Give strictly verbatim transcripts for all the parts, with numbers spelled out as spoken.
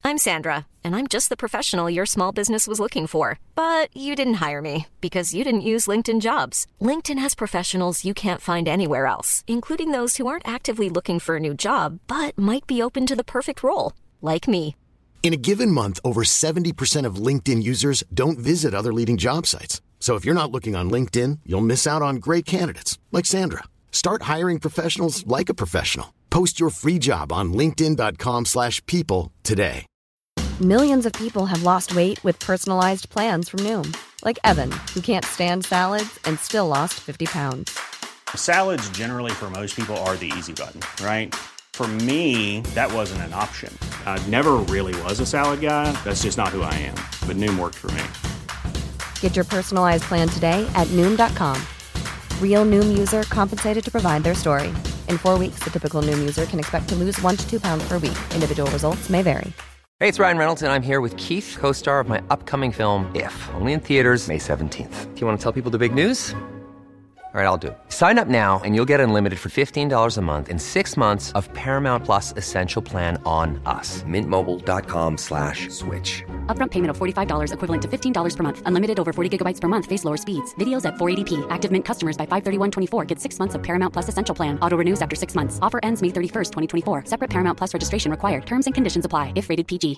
I'm Sandra, and I'm just the professional your small business was looking for. But you didn't hire me because you didn't use LinkedIn Jobs. LinkedIn has professionals you can't find anywhere else, including those who aren't actively looking for a new job, but might be open to the perfect role, like me. In a given month, over seventy percent of LinkedIn users don't visit other leading job sites. So if you're not looking on LinkedIn, you'll miss out on great candidates like Sandra. Start hiring professionals like a professional. Post your free job on linkedin dot com slash people today. Millions of people have lost weight with personalized plans from Noom. Like Evan, who can't stand salads and still lost fifty pounds. Salads generally for most people are the easy button, right? For me, that wasn't an option. I never really was a salad guy. That's just not who I am. But Noom worked for me. Get your personalized plan today at Noom dot com. Real Noom user compensated to provide their story. In four weeks, the typical Noom user can expect to lose one to two pounds per week. Individual results may vary. Hey, it's Ryan Reynolds, and I'm here with Keith, co-star of my upcoming film, If, only in theaters May seventeenth. Do you want to tell people the big news? All right, I'll do it. Sign up now and you'll get unlimited for fifteen dollars a month and six months of Paramount Plus Essential Plan on us. Mint Mobile dot com slash switch. Upfront payment of forty-five dollars equivalent to fifteen dollars per month. Unlimited over forty gigabytes per month. Face lower speeds. Videos at four eighty p. Active Mint customers by five thirty-one twenty-four get six months of Paramount Plus Essential Plan. Auto renews after six months. Offer ends May thirty-first, twenty twenty-four. Separate Paramount Plus registration required. Terms and conditions apply if rated P G.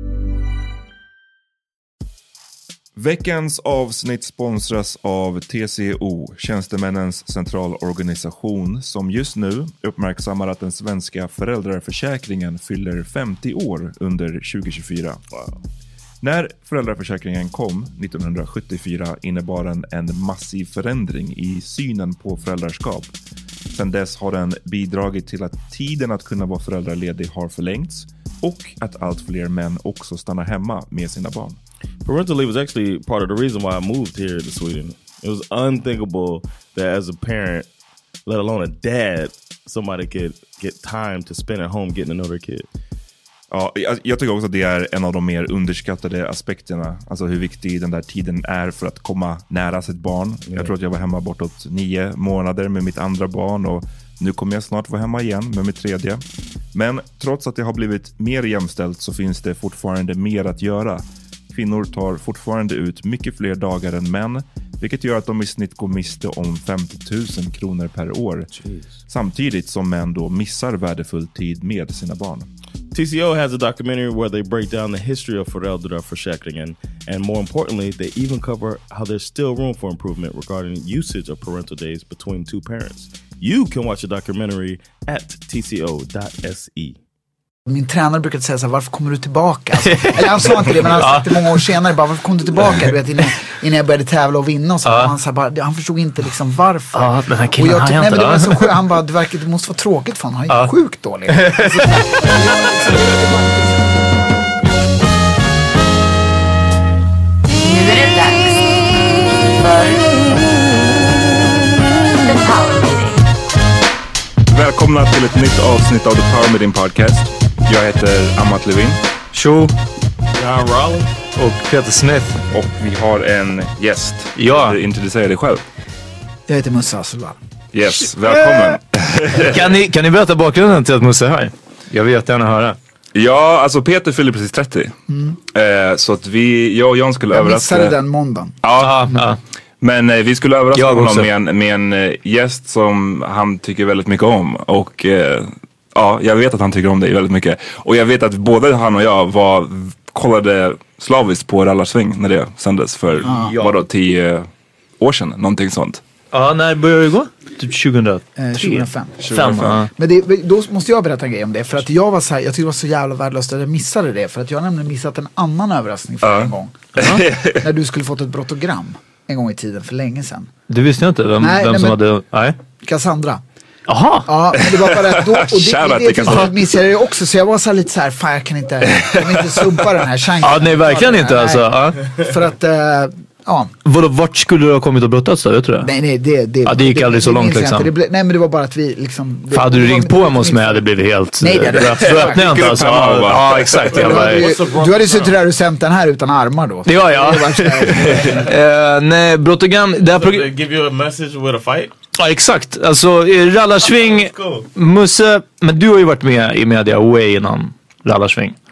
Veckans avsnitt sponsras av T C O, Tjänstemännens centralorganisation, som just nu uppmärksammar att den svenska föräldraförsäkringen fyller femtio år under tjugo tjugofyra. Wow. När föräldraförsäkringen kom nittonhundrasjuttiofyra innebar den en massiv förändring i synen på föräldraskap. Sedan dess har den bidragit till att tiden att kunna vara föräldraledig har förlängts och att allt fler män också stannar hemma med sina barn. Parental leave was actually part of the reason why I moved here to Sweden. It was unthinkable that as a parent, let alone a dad, somebody could get time to spend at home getting to know their kid. Ja, jag, jag tycker också att det är en av de mer underskattade aspekterna. Alltså hur viktig den där tiden är för att komma nära sitt barn. Yeah. Jag tror att jag var hemma bortåt nio månader med mitt andra barn och nu kommer jag snart vara hemma igen med mitt tredje. Men trots att det har blivit mer jämställt så finns det fortfarande mer att göra. Kvinnor tar fortfarande ut mycket fler dagar än män, vilket gör att de i snitt går miste om femtio tusen kronor per år. Jeez. Samtidigt som män då missar värdefull tid med sina barn. T C O has a documentary where they break down the history of föräldraförsäkringen, and more importantly, they even cover how there's still room for improvement regarding usage of parental days between two parents. You can watch the documentary at t c o dot s e. Min tränare brukade säga så här: varför kommer du tillbaka? Alltså, eller han sa inte det, men han sa det många år senare, bara varför kom du tillbaka? Du vet, innan, innan jag började tävla och vinna och så. Ja. Han, så här, bara, han förstod inte liksom varför. Ja, men han, och jag, nej, men det var så sjukt. Han bara, det, verkar, det måste vara tråkigt för honom. Han är ja. sjukt dålig. Alltså, nu är det dags för The Power Meeting. Välkomna till ett nytt avsnitt av The Power Meeting Podcast. Jag heter Amat Levin. Tjo. John Raleigh. Och Peter Smith. Och vi har en gäst. Ja. Du introducerar dig själv. Jag heter Musa Asselvall. Yes, välkommen. kan, ni, kan ni berätta bakgrunden till att Musa är här? Jag vill jättegärna höra. Ja, alltså Peter fyller precis trettio. Mm. Eh, så att vi, jag och Jan skulle jag överraska. Jag missade den måndagen. Ja, ja. Men eh, vi skulle överraska honom med en, med en eh, gäst som han tycker väldigt mycket om. Och eh, ja, jag vet att han tycker om dig väldigt mycket. Och jag vet att både han och jag var, kollade slaviskt på Rallarsving när det sändes för ah. vadå, tio år sedan, någonting sånt. Ja, när började det gå? Typ tjugohundratre? Eh, tjugohundrafem. tjugohundrafem. Ja. Men det, då måste jag berätta en grej om det. För att jag var så här, jag tyckte det var så jävla värdelöst att jag missade det. För att jag har nämligen missat en annan överraskning för uh. en gång. Uh. När du skulle fått ett brotogram en gång i tiden för länge sedan. Du visste jag inte vem, nej, vem nej, som hade... Nej. Cassandra. Jaha. Ja, men det var bara då. Och det, det, det, det missade jag också. Så jag var så här lite så här, fan jag kan inte, jag kan inte sumpa den här chansen. Ja, nej, verkligen inte nej. Alltså. Ja. För att... Uh, ja. Vadå, vart skulle du ha kommit och brottats då? Jag tror det. Nej, nej, det, det, ja, det gick det, aldrig det, så det långt liksom. Det ble, nej, men det var bara att vi liksom... Det, hade du ringt på hemma hos mig hade det blivit helt... Nej, det hade det. Öppnade jag inte alltså. Ja, ja, exakt. Jag bara, du, du hade suttit där och sänt den här utan armar då. Det var jag. uh, nej, brotogram... So give you a message with a fight? Ja, exakt. Alltså, Rallarsving, Musse... Men du har ju varit med i media way innan Rallarsving.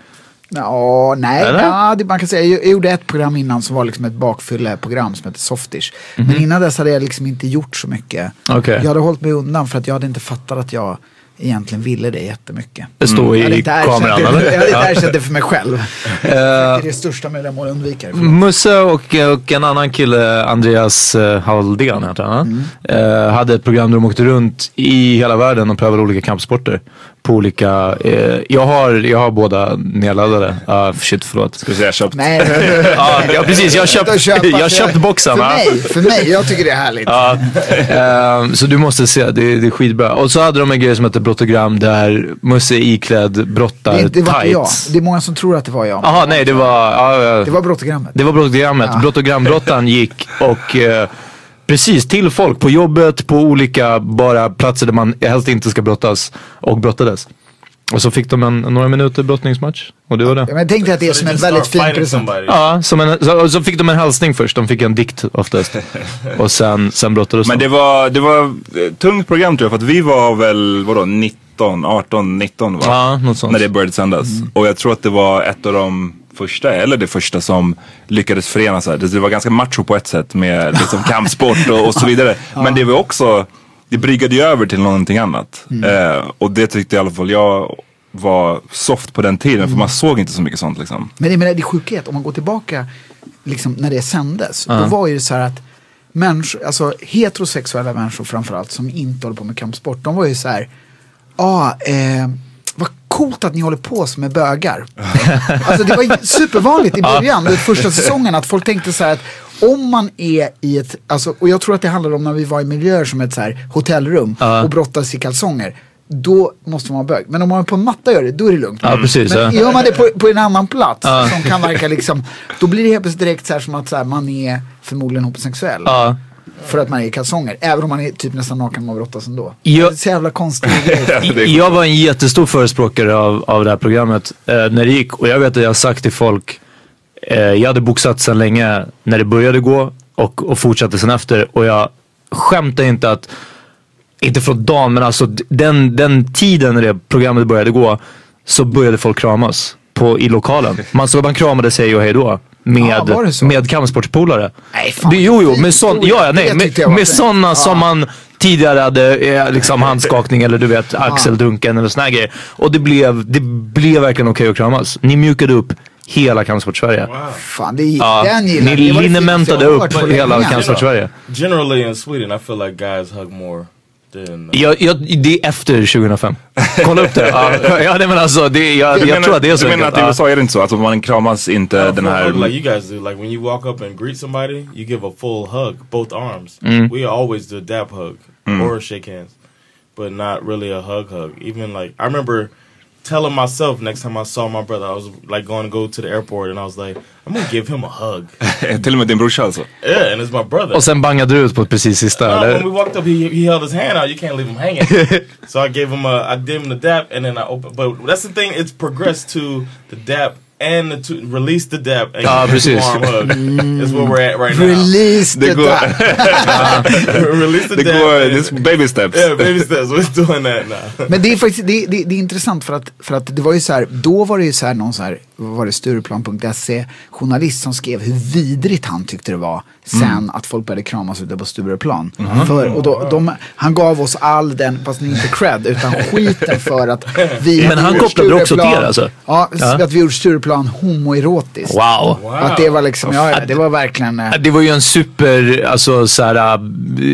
Ja, nej, ja, det, man kan säga, jag, jag gjorde ett program innan som var liksom ett bakfylleprogram som heter Softish. Mm-hmm. Men innan dess hade jag liksom inte gjort så mycket. Okay. Jag hade hållit mig undan för att jag hade inte fattat att jag egentligen ville det jättemycket. Det står mm. i kameran, det, eller? Jag hade inte erkänt det för mig själv. Uh, det är det största möjliga mål att undvika. Musse och, och en annan kille, Andreas uh, Haldén heter han, mm. uh, hade ett program där de åkte runt i hela världen och prövade olika kampsporter. På olika, uh, jag, har, jag har båda nedladdade. Uh, shit, förlåt. Ska vi säga köpt? Nej, uh, ja, precis. Jag har köpt, jag har köpt boxen. För mig, för mig, jag tycker det är härligt. Uh, uh, så du måste se, det, det är skitbra. Och så hade de en grej som heter Brottogram där Musse iklädd brottar det, det var tights. Jag. Det är många som tror att det var jag. Jaha, nej, det var... Uh, det var Brottogrammet. Det var Brottogrammet. Ja. Brottogrambrottaren gick och... Uh, precis till folk på jobbet, på olika bara platser där man helst inte ska brottas och brottades. Och så fick de en, några minuter brottningsmatch. Och det var det. Ja, men jag tänkte att det är som en väldigt fin present. Ja, som en, så, så fick de en hälsning först. De fick en dikt oftast. Och sen, sen brottades de. Men det var, det var ett tungt program tror jag. För att vi var väl, vadå, nitton, arton, nitton va? Ja, något sånt. När det började sändas. Mm. Och jag tror att det var ett av de första, eller det första som lyckades förena sig. Det var ganska macho på ett sätt med liksom kampsport och, och så vidare. Ja. Men det var också, det brygade ju över till någonting annat. Mm. Eh, och det tyckte i alla fall jag var soft på den tiden. Mm. För man såg inte så mycket sånt liksom. Men det, men det är sjukhet, om man går tillbaka liksom, när det sändes. Uh-huh. Då var ju så här att människor, alltså heterosexuella människor framförallt som inte håller på med kampsport. De var ju så här, ja, ah, eh, vad coolt att ni håller på som med bögar. Alltså det var supervanligt i början, den första säsongen, att folk tänkte så här att om man är i ett, alltså, och jag tror att det handlar om när vi var i miljöer som ett så här hotellrum uh. och brottas i kalsonger, då måste man vara bög. Men om man på en matta gör det, då är det lugnt. Ja, precis, men ja. Gör man det på, på en annan plats uh. som kan verka liksom, då blir det helt plötsligt direkt så här som att så här, man är förmodligen homosexuell. Uh. För att man är i kalsonger. Även om man är typ nästan naken och brottas ändå. Jag, det är så jävla konstigt grej. Jag var en jättestor förespråkare av, av det här programmet eh, när det gick. Och jag vet att jag har sagt till folk, eh, jag hade boxat sedan länge när det började gå och, och fortsatte sen efter. Och jag skämtar inte att, inte från dagen, men alltså den, den tiden när det programmet började gå, så började folk kramas på, i lokalen. Man såg man kramade sig och hej då. Med, ja, med kampsportspolare. Nej, fan. Det, jo, jo, med, sån, ja, nej, med, med sådana ja. som man tidigare hade eh, liksom handskakning eller du vet, axeldunken eller såna här grejer. Och det blev, det blev verkligen okej att kramas. Ni mjukade upp hela kampsport-Sverige. Wow. Fan, det är ja, den gillar. Ni linementade upp hela kampsport-Sverige. Generally in Sweden I feel like guys hug more. Jag, jag, det är efter tjugohundrafem. Kolla upp det. Ja, ja det men alltså, det, jag, jag, jag tror att det är så. Jag menar att i U S A är det inte så. Alltså man kramas inte uh, den här... Like you guys do. Like when you walk up and greet somebody, you give a full hug, both arms. Mm. We always do a dap hug mm. or a shake hands. But not really a hug hug. Even like, I remember telling myself next time I saw my brother, I was like going to go to the airport and I was like, I'm gonna give him a hug. Till och med din brorsa alltså? Yeah, and it's my brother. Och sen bangade du ut på precis sista, uh, eller? When we walked up, he, he held his hand out. You can't leave him hanging. So I gave him a, I gave him the dap and then I opened, but that's the thing, it's progressed to the dap and the two, release the dap and ja, precis. arm hug. That's where we're at right release now. The dap. Release the det dap. Går, this baby steps. Yeah, baby steps. We're doing that now. Men det är faktiskt, det, det, det är intressant för att, för att det var ju så här, då var det ju så här någon så här, vad var det, Stureplan punkt se journalist som skrev hur vidrigt han tyckte det var sen mm. att folk började kramas ute på Stureplan. Mm. För, och då, de, han gav oss all den, fast inte cred, utan skiten för att vi... Men han kopplade också till det alltså? Ja, ja, att vi gjorde Stureplan homoerotiskt. Wow. wow. Att det var liksom, ja, ja det var verkligen... Äh, det var ju en super, alltså såhär äh,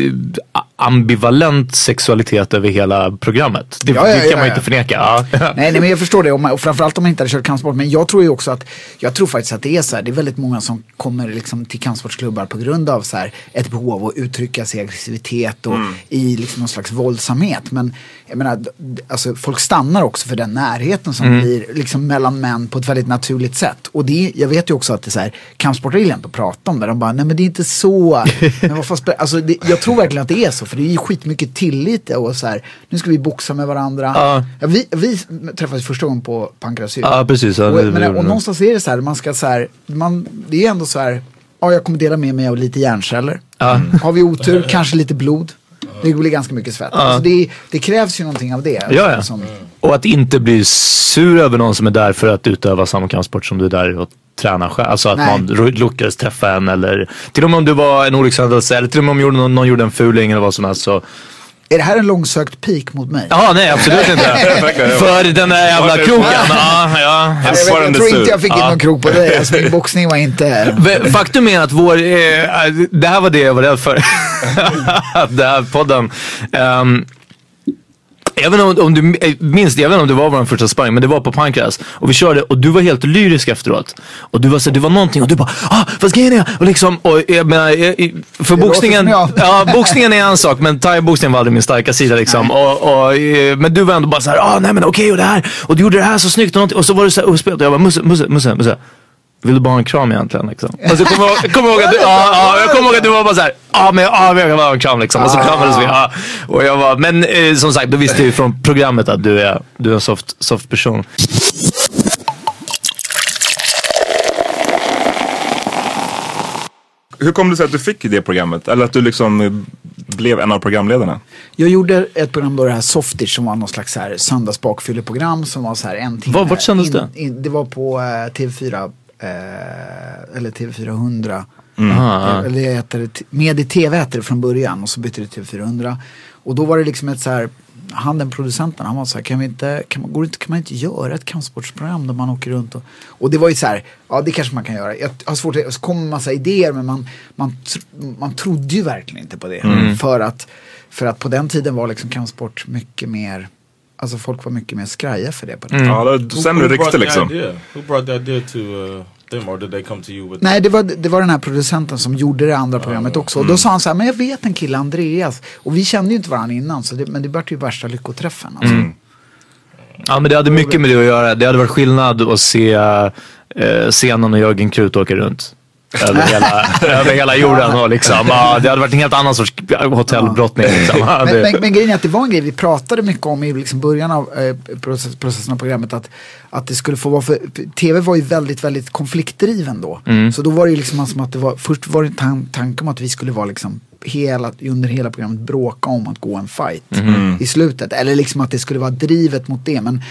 ambivalent sexualitet över hela programmet. Det, ja, ja, det kan ja, man ja. inte förneka. Ja. nej, nej, men jag förstår det. Och, man, och framförallt om man inte hade kört kampsport. Men jag tror ju också att, jag tror faktiskt att det är så här, det är väldigt många som kommer liksom till kampsportsklubbar på grund av så här, ett behov att uttrycka sig i aggressivitet och mm. i liksom någon slags våldsamhet. Men jag menar, alltså, folk stannar också för den närheten som mm. blir liksom mellan män på ett väldigt naturligt sätt. Och det, jag vet ju också att det är så här, kampsport är lätt att prata om det. De bara, nej men det är inte så. Men vad fast, alltså, det, jag tror verkligen att det är så. För det är ju skitmycket tillit och så här, nu ska vi boxa med varandra. Uh. Ja, vi, vi träffades första gången på Pankrasyr. Ja, precis. Ja, och, det, men, det, och någonstans är det så här, man ska så här, man, det är ändå så här, ja jag kommer dela med mig av lite hjärnceller. Uh. Har vi otur, kanske lite blod. Det blir ganska mycket svett. Ja. Alltså det, det krävs ju någonting av det. Ja, ja. Som, Och att inte bli sur över någon som är där för att utöva samma kampsport som du är där och träna själv. Alltså att Nej. någon lyckades träffa en eller till och med om du var en olyckshändelse eller till och med om någon, någon, någon gjorde en fuling eller vad som helst så. Är det här en långsökt peak mot mig? Ja, nej absolut inte. För den där jävla kroken. Ja, ja. Jag, vet, jag tror inte jag fick in ja. någon krok på dig. Alltså, min boxning var inte... Faktum är att vår, eh, det här var det jag var rädd för. Det här podden. Um, Jag vet inte om, om du minns, jag vet inte om det var vår första sparring, men det var på Pancras och vi körde och du var helt lyrisk efteråt och du var så, det var någonting och du bara ah, vad ska jag göra? Och liksom, och jag menar, för det boxningen, ja, boxningen är en sak, men thai-boxningen var aldrig min starka sida liksom och, och, men du var ändå bara så här, ah nej men okej okay, och det här, och du gjorde det här så snyggt och, och så var du så här uppspelt och jag bara, Musse, Musse, Musse, Musse. Vill du bara ha en kram egentligen liksom? Och så kommer jag, kommer ihåg att du, ja, ja, jag kommer ihåg att du var bara såhär, ja men ja, jag kan bara ha en kram liksom. Och så kramades vi, ja. Och jag var, men eh, som sagt, då visste jag ju från programmet att du är, du är en soft, soft person. Hur kom det sig att du fick det programmet? Eller att du liksom blev en av programledarna? Jag gjorde ett program då, det här Softish, som var någon slags så här söndagsbakfylleprogram som var så här en timme. Var, vart kändes det? In, in, det var på uh, T V fyra eh, eller T V fyrahundra. Mm. Eh, eller det heter, med i T V hette det från början och så bytte det till T V fyrahundra. Och då var det liksom ett så här, han den producenten, han var så här, kan vi inte, kan man, går inte, kan man inte göra ett kampsportsprogram där man åker runt och, och det var ju så här, ja det kanske man kan göra. Jag har svårt att, så kom en massa idéer men man, man, man trodde ju verkligen inte på det. Mm. För att, för att på den tiden var liksom kampsport mycket mer, alltså folk var mycket mer skraja för det på den mm. Ja, det sämre rykte liksom. Who brought that idea to uh, them or did they come to you with? Nej, det var, det var den här producenten som gjorde det andra programmet också. Och då sa han så här, men jag vet en kille, Andreas. Och vi kände ju inte varandra innan, så det, men det var ju värsta lyckoträffen. Alltså. Mm. Ja, men det hade mycket med det att göra. Det hade varit skillnad att se eh, scenen och Jörgen Krut åka runt. Över hela, över hela jorden och liksom, ja, det hade varit en helt annan sorts hotellbrottning liksom. Ja. Men, men, men grejen är att det var en grej vi pratade mycket om i liksom början av eh, process, processen av programmet, att, att det skulle få vara, för T V var ju väldigt, väldigt konfliktdriven då. Mm. Så då var det ju liksom som att det var, först var det en tan- tanke om att vi skulle vara liksom hela, under hela programmet bråka om att gå en fight mm. i slutet. Eller liksom att det skulle vara drivet mot det, men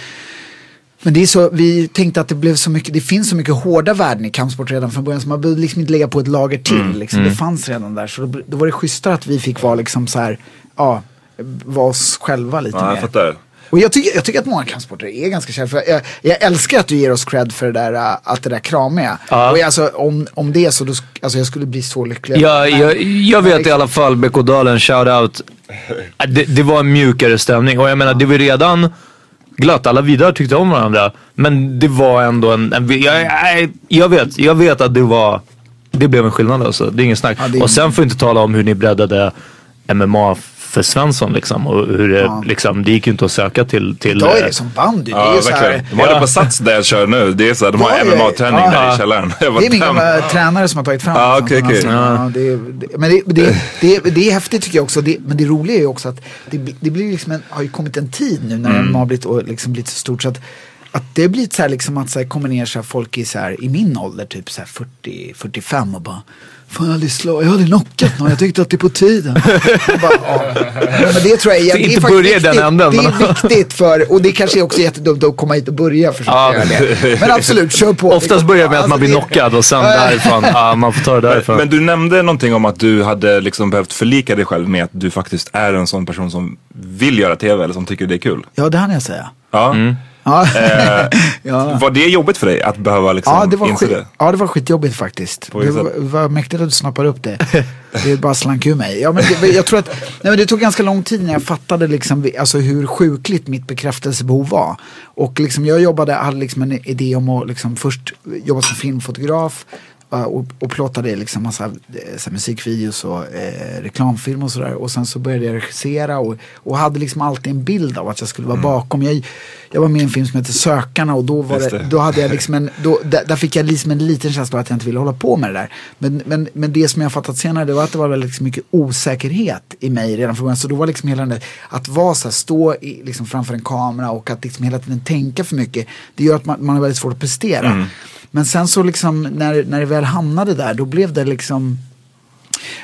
Men det är så, vi tänkte att det blev så mycket, det finns så mycket hårda värden i kampsport redan från början, så man behövde liksom inte lägga på ett lager till. Mm. Liksom. Mm. Det fanns redan där, så då, då var det schysstare att vi fick vara liksom så här, ja, vara oss själva lite ja, mer. Jag fattar. Och jag tycker, jag tycker att många kampsporter är ganska kär, för jag, jag älskar att du ger oss cred för det där, allt det där kramiga. Ja. Och jag, alltså, om, om det så, då, alltså, jag skulle bli så lycklig. Ja, jag, jag vet i alla fall, Bekodalen, shout out. Det, det var en mjukare stämning, och jag menar, det var redan glatt, alla vidare tyckte om varandra, men det var ändå en, en jag, jag, jag vet, jag vet att det var, det blev en skillnad alltså, det är ingen snack. Ja, och sen får vi inte tala om hur ni breddade M M A för Svensson liksom, och hur det, ja. liksom, det gick ju inte att söka till... till Då är det som bandy, det är ja, ju så här... De har det på Sats där jag kör nu, det är så här, de har M M A-träning ja, där i källaren. Det är min gamla tränare som har tagit fram ah, okay, okay. Ja, det, det, men det, det, det, det är häftigt tycker jag också, det, men det roliga är ju också att det, det blir liksom en, har ju kommit en tid nu när mm. M M A har blivit, och liksom blivit så stort, så att att det blir så här liksom att så här kommer ner så här folk i så här i min ålder typ så här fyrtio fyrtiofem och bara fan, jag hade slå, jag hade knockat någon, jag tyckte att det är på tiden. Bara, ja. Men det tror jag, jag det är faktiskt viktigt, den änden, det är viktigt för, och det kanske är också jättedumt att komma hit och börja försöka ja. göra det. Men absolut, kör på. Oftast börjar med att man blir knockad och sen därifrån, ja, man får ta det därifrån. Men, men du nämnde någonting om att du hade liksom behövt förlika dig själv med att du faktiskt är en sån person som vill göra tv eller som tycker det är kul. Ja, det hann jag säga. Ja. Mm. Ja. eh, ja. Var det jobbigt för dig att behöva liksom ja, det var inse skit, det? Ja, det var skitjobbigt faktiskt. Det var, var mäktigt att du snappar upp det. Det bara slank ur mig. Ja, men det, jag tror att nej, men det tog ganska lång tid när jag fattade liksom, alltså, hur sjukligt mitt bekräftelsebehov var. Och liksom, jag jobbade, hade liksom en idé om att liksom, först jobba som filmfotograf och, och plottade liksom massa så här, musikvideos och eh, reklamfilm och sådär. Och sen så började jag regissera och, och hade liksom alltid en bild av att jag skulle vara mm. bakom. Jag, jag var med i en film som heter Sökarna, och då var det, det. då hade jag liksom en, då, där, där fick jag liksom en liten känsla av att jag inte ville hålla på med det där. Men, men, men det som jag fattat senare, det var att det var väldigt liksom mycket osäkerhet i mig redan från början. Så då var liksom hela den där, att vara så här, stå i, liksom framför en kamera och att liksom hela tiden tänka för mycket, det gör att man, man har väldigt svårt att prestera. Mm. Men sen så liksom när, när det väl hamnade där, då blev det liksom,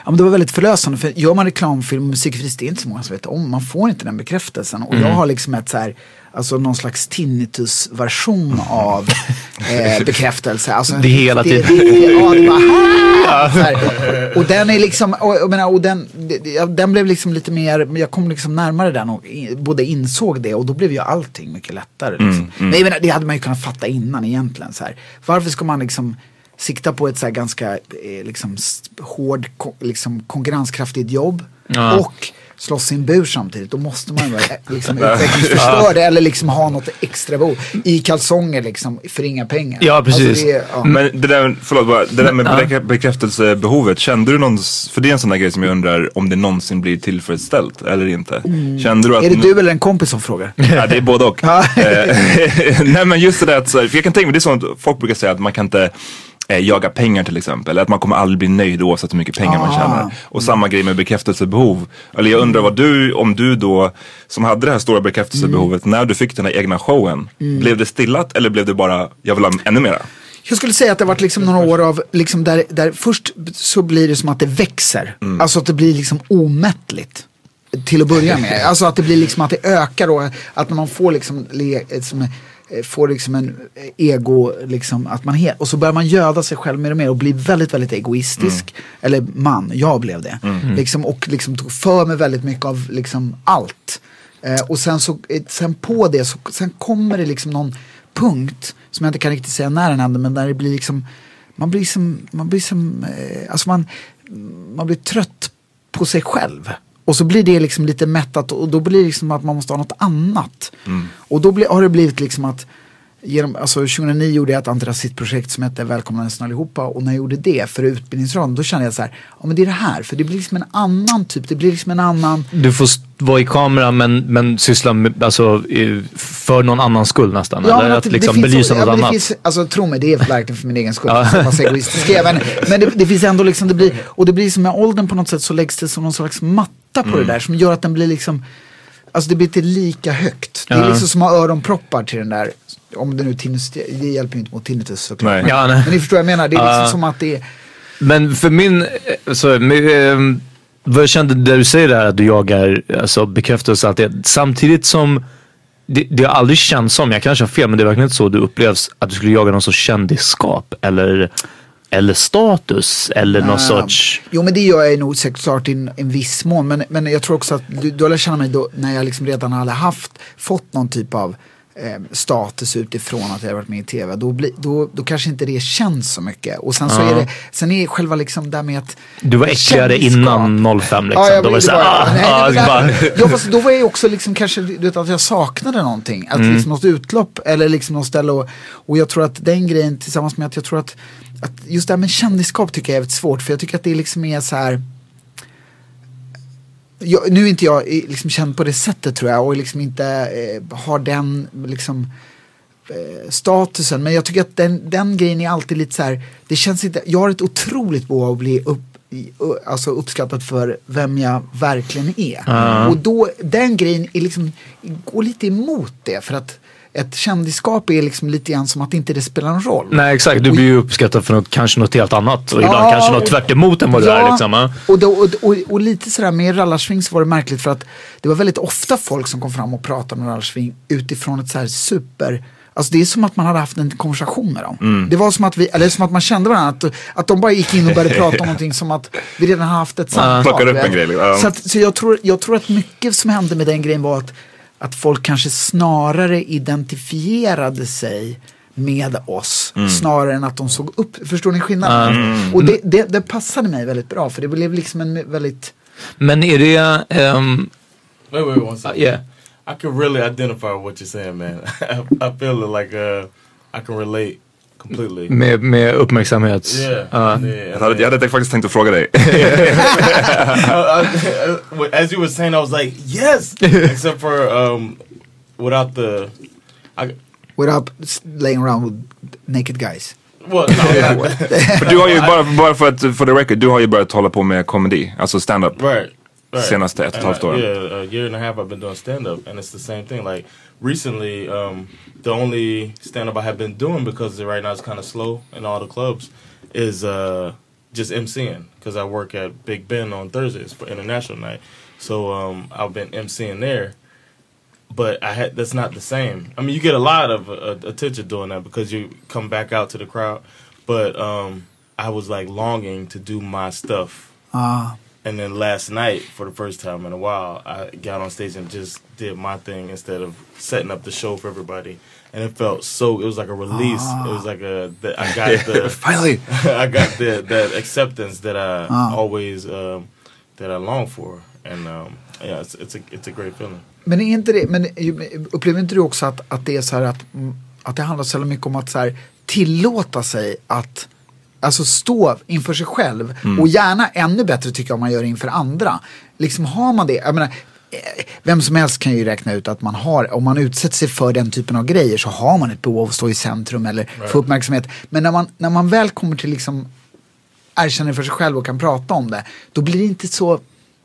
ja, men det var väldigt förlösande, för gör man reklamfilm och musikfris, det är inte så många som vet om, man får inte den bekräftelsen, och mm. jag har liksom ett så här, alltså någon slags tinnitus-version av eh, bekräftelse. Alltså, det är hela tiden. Det, det, det, ja, det bara, så här. Och den är liksom, och, och, menar, och den, det, den blev liksom lite mer, jag kom liksom närmare den och både insåg det, och då blev ju allting mycket lättare. Liksom. Mm, mm. Men jag menar, det hade man ju kunnat fatta innan egentligen. Så här. Varför ska man liksom sikta på ett så här ganska eh, liksom, hård, ko, liksom, konkurrenskraftigt jobb ja. och slåss i en bur samtidigt, då måste man vara liksom utvecklingsförstörd eller liksom ha något extra behov i kalsonger liksom för inga pengar. Ja, precis. Alltså det, ja. Men det där, förlåt, bara, det där med ja. bekräftelsebehovet, kände du någon, för det är en sån där grej som jag undrar om det någonsin blir tillfredsställt eller inte. Mm. Kände du att är det du eller en kompis som frågar? Ja, det är både och. Nej, men just det där att, för jag kan tänka mig, det är sånt folk brukar säga att man kan inte Eh, jaga pengar till exempel, att man kommer aldrig bli nöjd oavsett hur mycket pengar ah. man tjänar. Och samma grej med bekräftelsebehov. Eller jag undrar vad du, om du då som hade det här stora bekräftelsebehovet mm. när du fick den här egna showen, mm. blev det stillat eller blev det bara, jag vill ha ännu mera? Jag skulle säga att det har varit liksom några år av liksom där, där först så blir det som att det växer. Mm. Alltså att det blir liksom omättligt till att börja med. Alltså att det blir liksom att det ökar och att man får liksom som får liksom en ego liksom att man he- och så börjar man göda sig själv mer och mer och bli väldigt väldigt egoistisk mm. eller man, jag blev det mm. liksom, och liksom tog för mig väldigt mycket av liksom allt eh, och sen så sen på det så sen kommer det liksom någon punkt som jag inte kan riktigt säga när den händer, men där det blir liksom man blir som man blir som eh, alltså man man blir trött på sig själv. Och så blir det liksom lite mättat och då blir det liksom att man måste ha något annat. Mm. Och då bli, har det blivit liksom att genom, alltså tjugohundranio gjorde jag ett antirasistprojekt som hette Välkomna nästan allihopa, och när jag gjorde det för Utbildningsradion, då kände jag så här, ja men det är det här, för det blir liksom en annan typ, det blir liksom en annan. Du får vara i kamera men, men syssla med, alltså för någon annans skull nästan, ja, eller att det, liksom det belysa något ja, annat. Finns, alltså tro mig, det är verkligen för min egen skull, så man säger egoistisk, men, men det, det finns ändå liksom, det blir, och det blir som med åldern på något sätt så läggs det som någon slags matta på mm. det där som gör att den blir liksom, alltså det blir inte lika högt. Det är ja. liksom som att ha öronproppar till den där, om det nu tinnitus, det hjälper ju inte mot tinnitus såklart. Nej. Ja, nej. Men ni förstår vad jag menar, det är liksom uh, som att det är. Men för min, så, med, eh, vad jag kände där du säger där att du jagar alltså, bekräftelse allt det, samtidigt som det, det har aldrig känts som, jag kanske har fel, men det är verkligen inte så du upplevs att du skulle jaga någon sorts kändisskap eller eller status eller någon sorts. Jo, men det gör jag nog säkert i en, en viss mån, men, men jag tror också att du, du har känna mig då, när jag liksom redan hade haft fått någon typ av eh, status utifrån att jag har varit med i tv, då, bli, då, då kanske inte det känns så mycket, och sen så uh-huh. är det, sen är själva liksom där med att du var äckligare innan noll fem liksom. Ja, jag, då var det så bara, ah, nej, ah, det bara, ja, fast då var jag också liksom kanske, du vet, att jag saknade någonting, att mm. liksom något utlopp eller liksom något ställe, och, och jag tror att den grejen tillsammans med att jag tror att att just det här med kändisskap tycker jag är väldigt svårt, för jag tycker att det liksom är så här. Jag, nu är inte jag liksom känd på det sättet tror jag, och liksom inte eh, har den liksom eh, statusen, men jag tycker att den, den grejen är alltid lite så här, det känns inte, jag har ett otroligt behov av att bli upp, alltså uppskattad för vem jag verkligen är. Mm. Och då, den grejen är liksom, går lite emot det, för att ett kändisskap är liksom lite grann som att inte det spelar någon roll. Nej, exakt. Du blir ju uppskattad för något, kanske något helt annat. Och ja, ibland kanske något tvärt emot än vad ja, du är. Liksom, ja. och, då, och, och, och lite sådär med rallarsving så var det märkligt, för att det var väldigt ofta folk som kom fram och pratade om rallarsving utifrån ett så här super. Alltså det är som att man hade haft en konversation med dem. Mm. Det var som att vi, eller som att man kände varandra, att, att de bara gick in och började prata om någonting som att vi redan har haft ett samtal. Upp en grej, ja. Så, att, så jag, tror, jag tror att mycket som hände med den grejen var att att folk kanske snarare identifierade sig med oss mm. snarare än att de såg upp. Förstår ni skillnaden? Mm. Och det, det, det passade mig väldigt bra, för det blev liksom en väldigt. Men är det um... wait, wait, one second. Uh, yeah. I can really identify with what you're saying, man. I, I feel like uh, I can relate completely. Med, med uppmärksamhet. Yeah, uh. yeah, jag, hade, jag hade faktiskt tänkt att fråga dig. As you were saying, I was like, yes! Except for um, without the... I, without laying around with naked guys. Well, no, för du har ju, bara, bara för att, for the record, du har ju börjat hålla på med komedi, alltså stand-up. Right. Right. Senaste ett och ett halvt år. Yeah, a year and a half I've been doing stand-up, and it's the same thing. Like recently, um, the only stand-up I have been doing, because right now it's kind of slow in all the clubs, is uh, just emceeing because I work at Big Ben on Thursdays for International Night. So um, I've been emceeing there. But I had that's not the same. I mean, you get a lot of uh, attention doing that because you come back out to the crowd. But um, I was like longing to do my stuff. Ah. And then last night, for the first time in a while, I got on stage and just did my thing instead of setting up the show for everybody. And it felt so. It was like a release. Ah. It was like a. The, I got the finally. I got the that acceptance that I ah. always um, that I long for, and um, yeah, it's it's a it's a great feeling. Men är inte det, men upplever inte du också att, att det är så här att, att det handlar så mycket om att så här, tillåta sig att alltså stå inför sig själv mm. och gärna ännu bättre tycker jag om man gör det inför andra. Liksom har man det, jag menar, vem som helst kan ju räkna ut att man har, om man utsätter sig för den typen av grejer så har man ett behov av att stå i centrum eller right. få uppmärksamhet. Men när man, när man väl kommer till liksom erkänna för sig själv och kan prata om det, då blir det inte så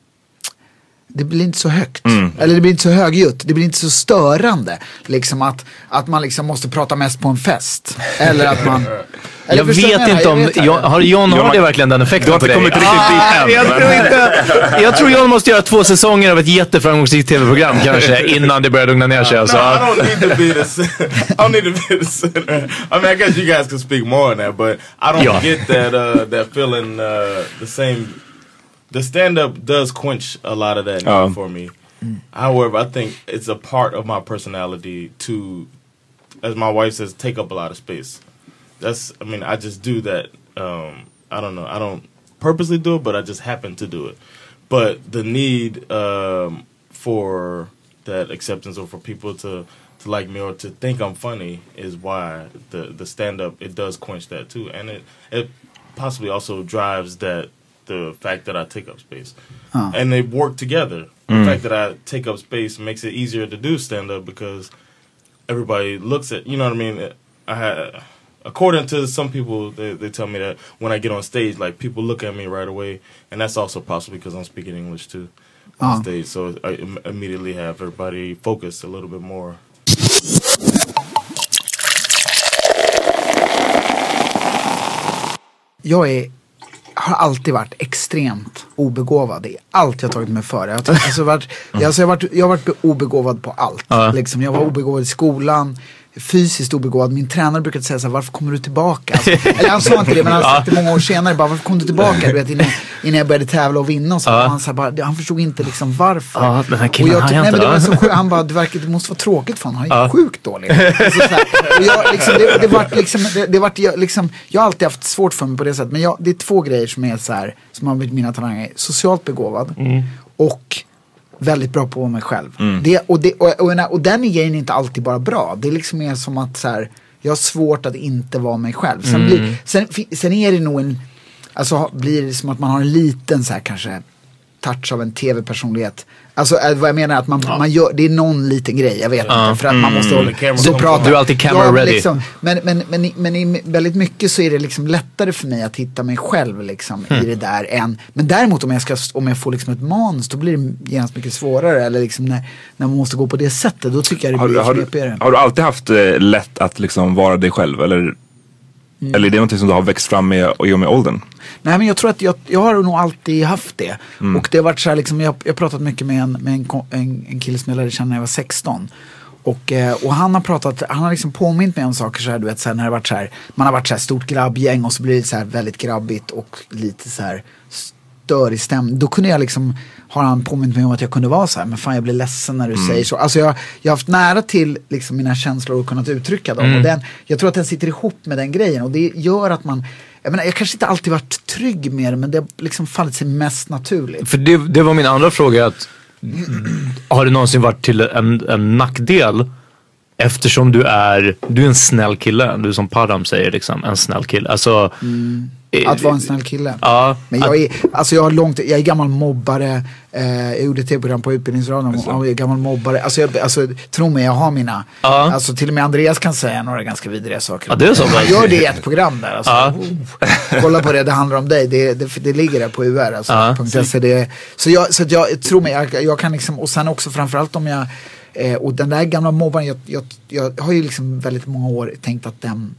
det blir inte så högt. Mm. Eller det blir inte så högljutt. Det blir inte så störande. Liksom att, att man liksom måste prata mest på en fest. Eller att man... Eller jag vet inte om... Jag, har John, har det verkligen den effekten på dig? Du har inte kommit riktigt ah, dit än. Jag tror inte... Jag tror John måste göra två säsonger av ett jätteframgångsrikt tv-program kanske innan det börjar lugna ner sig. Alltså. No, I don't need to be the I don't need to be the center. I mean, I guess you guys can speak more on that, but I don't ja. get that, uh, that feeling uh, the same... The stand-up does quench a lot of that um, for me. Mm. However, I think it's a part of my personality to, as my wife says, take up a lot of space. That's, I mean, I just do that. Um, I don't know. I don't purposely do it, but I just happen to do it. But the need um, for that acceptance or for people to, to like me or to think I'm funny is why the, the stand-up, it does quench that too. And it, it possibly also drives that the fact that I take up space. Huh. And they work together. The mm. fact that I take up space makes it easier to do stand-up because everybody looks at, you know what I mean? I had, according to some people, they, they tell me that when I get on stage, like, people look at me right away. And that's also possible because I'm speaking English, too, on uh-huh. stage. So I im- immediately have everybody focus a little bit more. Jag är har alltid varit extremt obegåvad i allt jag tagit mig för. Jag har, alltså varit, jag, alltså jag, har varit, jag har varit obegåvad på allt. Ja. Liksom, jag var obegåvad i skolan, fysiskt obegåvad. Min tränare brukade säga så här: varför kommer du tillbaka? Alltså, eller han sa inte det, men han sa det många år senare, bara, varför kom du tillbaka? Du vet, innan, innan jag började tävla och vinna och så. Ja. Han, så här, bara, han förstod inte liksom varför. Ja, den här killen, och jag, han, nej, men det var så sjuk. Han bara, det, verkar, det måste vara tråkigt för honom. Han är ja. sjukt dålig. Alltså, så här, och jag, liksom, det, det var liksom, det, det var, jag, liksom, jag har alltid haft svårt för mig på det sättet. Men jag, det är två grejer som är så här, som har blivit mina talanger. Socialt begåvad mm. och väldigt bra på mig själv. Mm. Det, och, det, och, och, och den grejen är inte alltid bara bra. Det är liksom mer som att så här, jag har svårt att inte vara mig själv. Sen, mm. blir, sen, sen är det nog en, alltså blir det som att man har en liten så här kanske touch av en tv-personlighet. Alltså vad jag menar att man, ja. man gör, det är någon liten grej, jag vet uh, inte, för att mm, man måste hålla, så prata. Du är alltid camera ja, ready. Liksom, men, men, men, men i väldigt mycket så är det liksom lättare för mig att hitta mig själv liksom, mm. i det där än, men däremot om jag, ska, om jag får liksom ett manus, då blir det genast mycket svårare, eller liksom när, när man måste gå på det sättet, då tycker jag det blir har, knepigare. Har, har du alltid haft eh, lätt att liksom vara dig själv, eller Mm. Eller är det någonting som du har växt fram med och med åldern? Nej, men jag tror att jag, jag har nog alltid haft det. Mm. Och det har varit så här liksom, jag har pratat mycket med en, med en, en, en kille som jag lärde känna när jag var sexton. Och, och han har pratat, han har liksom påmint mig om saker så här, du vet, så här, när det har varit så här, man har varit så här stort grabbgäng och så blir det så här väldigt grabbigt och lite så här störig stämning. Då kunde jag liksom, har han påmint mig om att jag kunde vara så här, men fan jag blir ledsen när du mm. säger så. Alltså jag, jag har haft nära till liksom mina känslor och kunnat uttrycka dem. Mm. Och den, jag tror att den sitter ihop med den grejen och det gör att man, jag menar, jag kanske inte alltid varit trygg med det, men det har liksom fallit sig mest naturligt. För det, det var min andra fråga, att har det någonsin varit till en, en nackdel eftersom du är du är en snäll kille, du som Padam säger liksom, en snäll kille, alltså mm. att vara en snäll kille. Ja, men jag är, alltså jag har långt, jag är gammal mobbare, eh, jag gjorde tv-program på Utbildningsradion, jag är gammal mobbare, alltså, jag, alltså tro mig, jag har mina, ja. Alltså till och med Andreas kan säga några ganska vidriga saker. Ja, det är så. Han gör det i ett program där, alltså, ja. oh, kolla på det, det handlar om dig, det, det, det ligger där på U R, alltså, ja. .se, det, så jag, så att jag tror mig, jag, jag kan liksom, och sen också framförallt om jag Eh, och den där gamla mobbaren, jag, jag, jag har ju liksom väldigt många år tänkt att den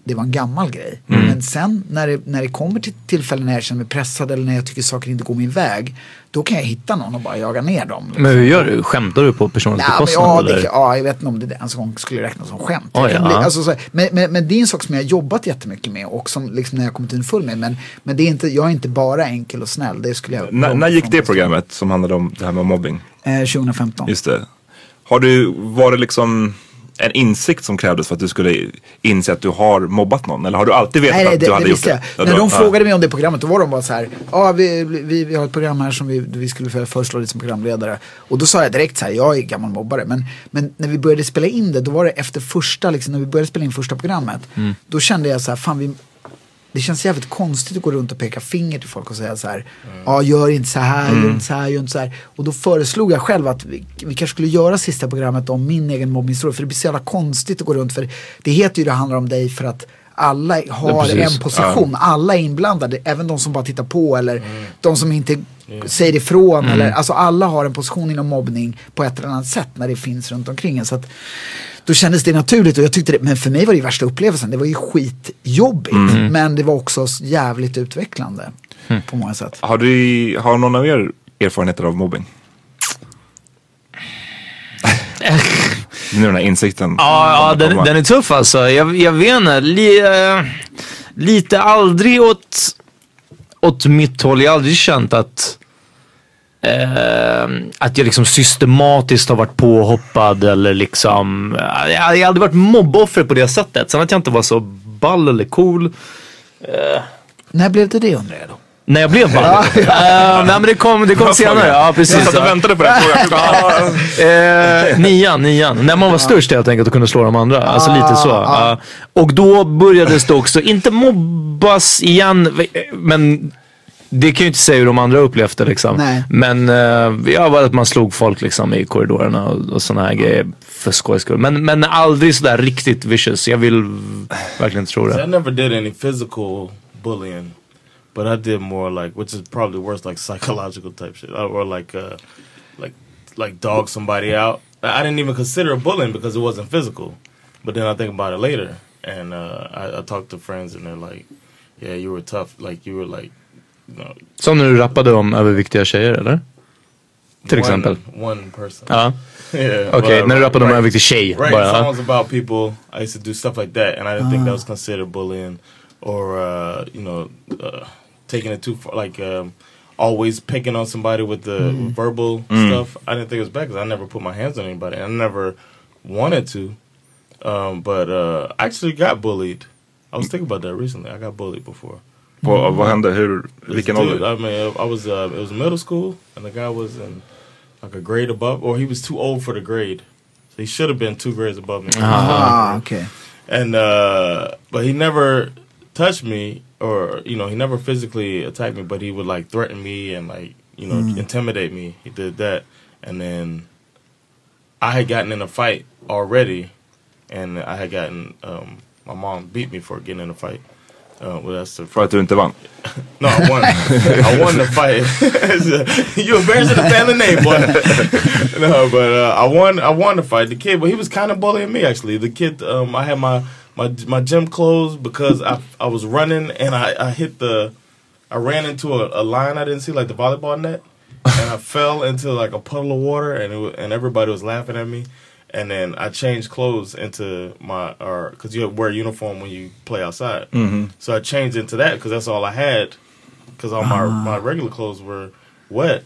det var en gammal grej. Mm. Men sen när det, när det kommer till tillfällen när jag känner mig pressad eller när jag tycker saker inte går min väg, då kan jag hitta någon och bara jaga ner dem. Men hur gör du? Skämtar du på personens ja, bekostnad? Ja, det, ja, jag vet inte om det ens gång skulle räknas som skämt. Oh, ja. bli, alltså, så, men, men, men det är en sak som jag har jobbat jättemycket med och som liksom, när jag kommit in full med. Men, men det är inte, jag är inte bara enkel och snäll. Det skulle jag... N- när gick det programmet som handlade om det här med mobbing? Eh, tjugohundrafemton. Just det. Har du, var det liksom en insikt som krävdes för att du skulle inse att du har mobbat någon? Eller har du alltid vetat nej, nej, att det, du hade det gjort det? Ja, när de ja. frågade mig om det programmet, då var de bara så här, ja vi, vi, vi har ett program här som vi, vi skulle föreslå dig som programledare. Och då sa jag direkt så här, jag är gammal mobbare. Men, men när vi började spela in det, då var det efter första, liksom, när vi började spela in första programmet, mm. då kände jag så här, fan vi... Det känns jävligt konstigt att gå runt och peka finger till folk och säga så här, mm. ja gör inte så här, mm. gör inte så här, gör inte så här. Och då föreslog jag själv att vi, vi kanske skulle göra sista programmet om min egen mobbningshistoria, för det blir så jävla konstigt att gå runt, för det heter ju det handlar om dig för att alla har en position, ja. Alla är inblandade, även de som bara tittar på eller mm. de som inte mm. säger ifrån mm. eller, alltså alla har en position inom mobbning på ett eller annat sätt när det finns runt omkring en, så att då kändes det naturligt och jag tyckte det, men för mig var det ju värsta upplevelsen. Det var ju skitjobbigt, mm. men det var också jävligt utvecklande mm. på många sätt. Har du, har någon av er erfarenheter av mobbing? Nu den här insikten. Ja, ja den, den är tuff alltså. Jag, jag vet inte. Li, äh, lite aldrig åt, åt mitt håll. Jag har aldrig känt att Uh, att jag liksom systematiskt har varit påhoppad eller liksom uh, jag har aldrig varit mobboffer på det sättet. Sen att jag inte var så ball eller cool. uh, När blev det det undrar jag då? När jag blev ball? uh, nej men det kom, det kom senare. Ja precis. Jag väntade på den frågan. uh, Nian, nian. När man var störst helt enkelt och kunde slå de andra. Alltså lite så. uh, Och då började det också inte mobbas igen, men det kan ju inte säga hur de andra upplevde liksom. Nej. Men uh, ja, var att man slog folk liksom i korridorerna och, och såna här grejer för skojs skull. Men, men aldrig sådär riktigt vicious. Jag vill verkligen inte tro det. So I never did any physical bullying, but I did more like, which is probably worse, like psychological type shit. Or like, uh, like, like dog somebody out. I didn't even consider it bullying because it wasn't physical. But then I think about it later. And uh, I, I talked to friends and they're like, yeah, you were tough. Like, you were like, no. Som när du rappade om överviktiga tjejer, eller? Till one, exempel. One person. Ja. Yeah. Okej, okay, när du rappade om överviktig tjej. Right, bara, songs about people. I used to do stuff like that. And I didn't uh. think that was considered bullying. Or, uh, you know, uh, taking it too far. Like, um, always picking on somebody with the mm. verbal mm. stuff. I didn't think it was bad because I never put my hands on anybody. I never wanted to. Um, but uh, I actually got bullied. I was thinking about that recently. I got bullied before. Vad, vad hände? Hur, vilken ålder? I mean, I was, uh, it was middle school, and the guy was in like a grade above, or he was too old for the grade. So he should have been two grades above me. Ah, okay. And, uh, but he never touched me, or, you know, he never physically attacked me, but he would like threaten me and like, you know, mm. intimidate me. He did that. And then I had gotten in a fight already, and I had gotten, um, my mom beat me for getting in a fight. Uh, well, that's the för att du inte vann? No, I won. I won the fight. You embarrassing the family name, boy. No, but uh, I won. I won the fight. The kid, but he was kind of bullying me actually. The kid, um, I had my my my gym clothes because I I was running and I, I hit the, I ran into a, a line I didn't see, like the volleyball net, and I fell into like a puddle of water, and it was, and everybody was laughing at me. And then I changed clothes into my, or because you wear a uniform when you play outside. Mm-hmm. So I changed into that because that's all I had. Because all my, uh. my regular clothes were wet.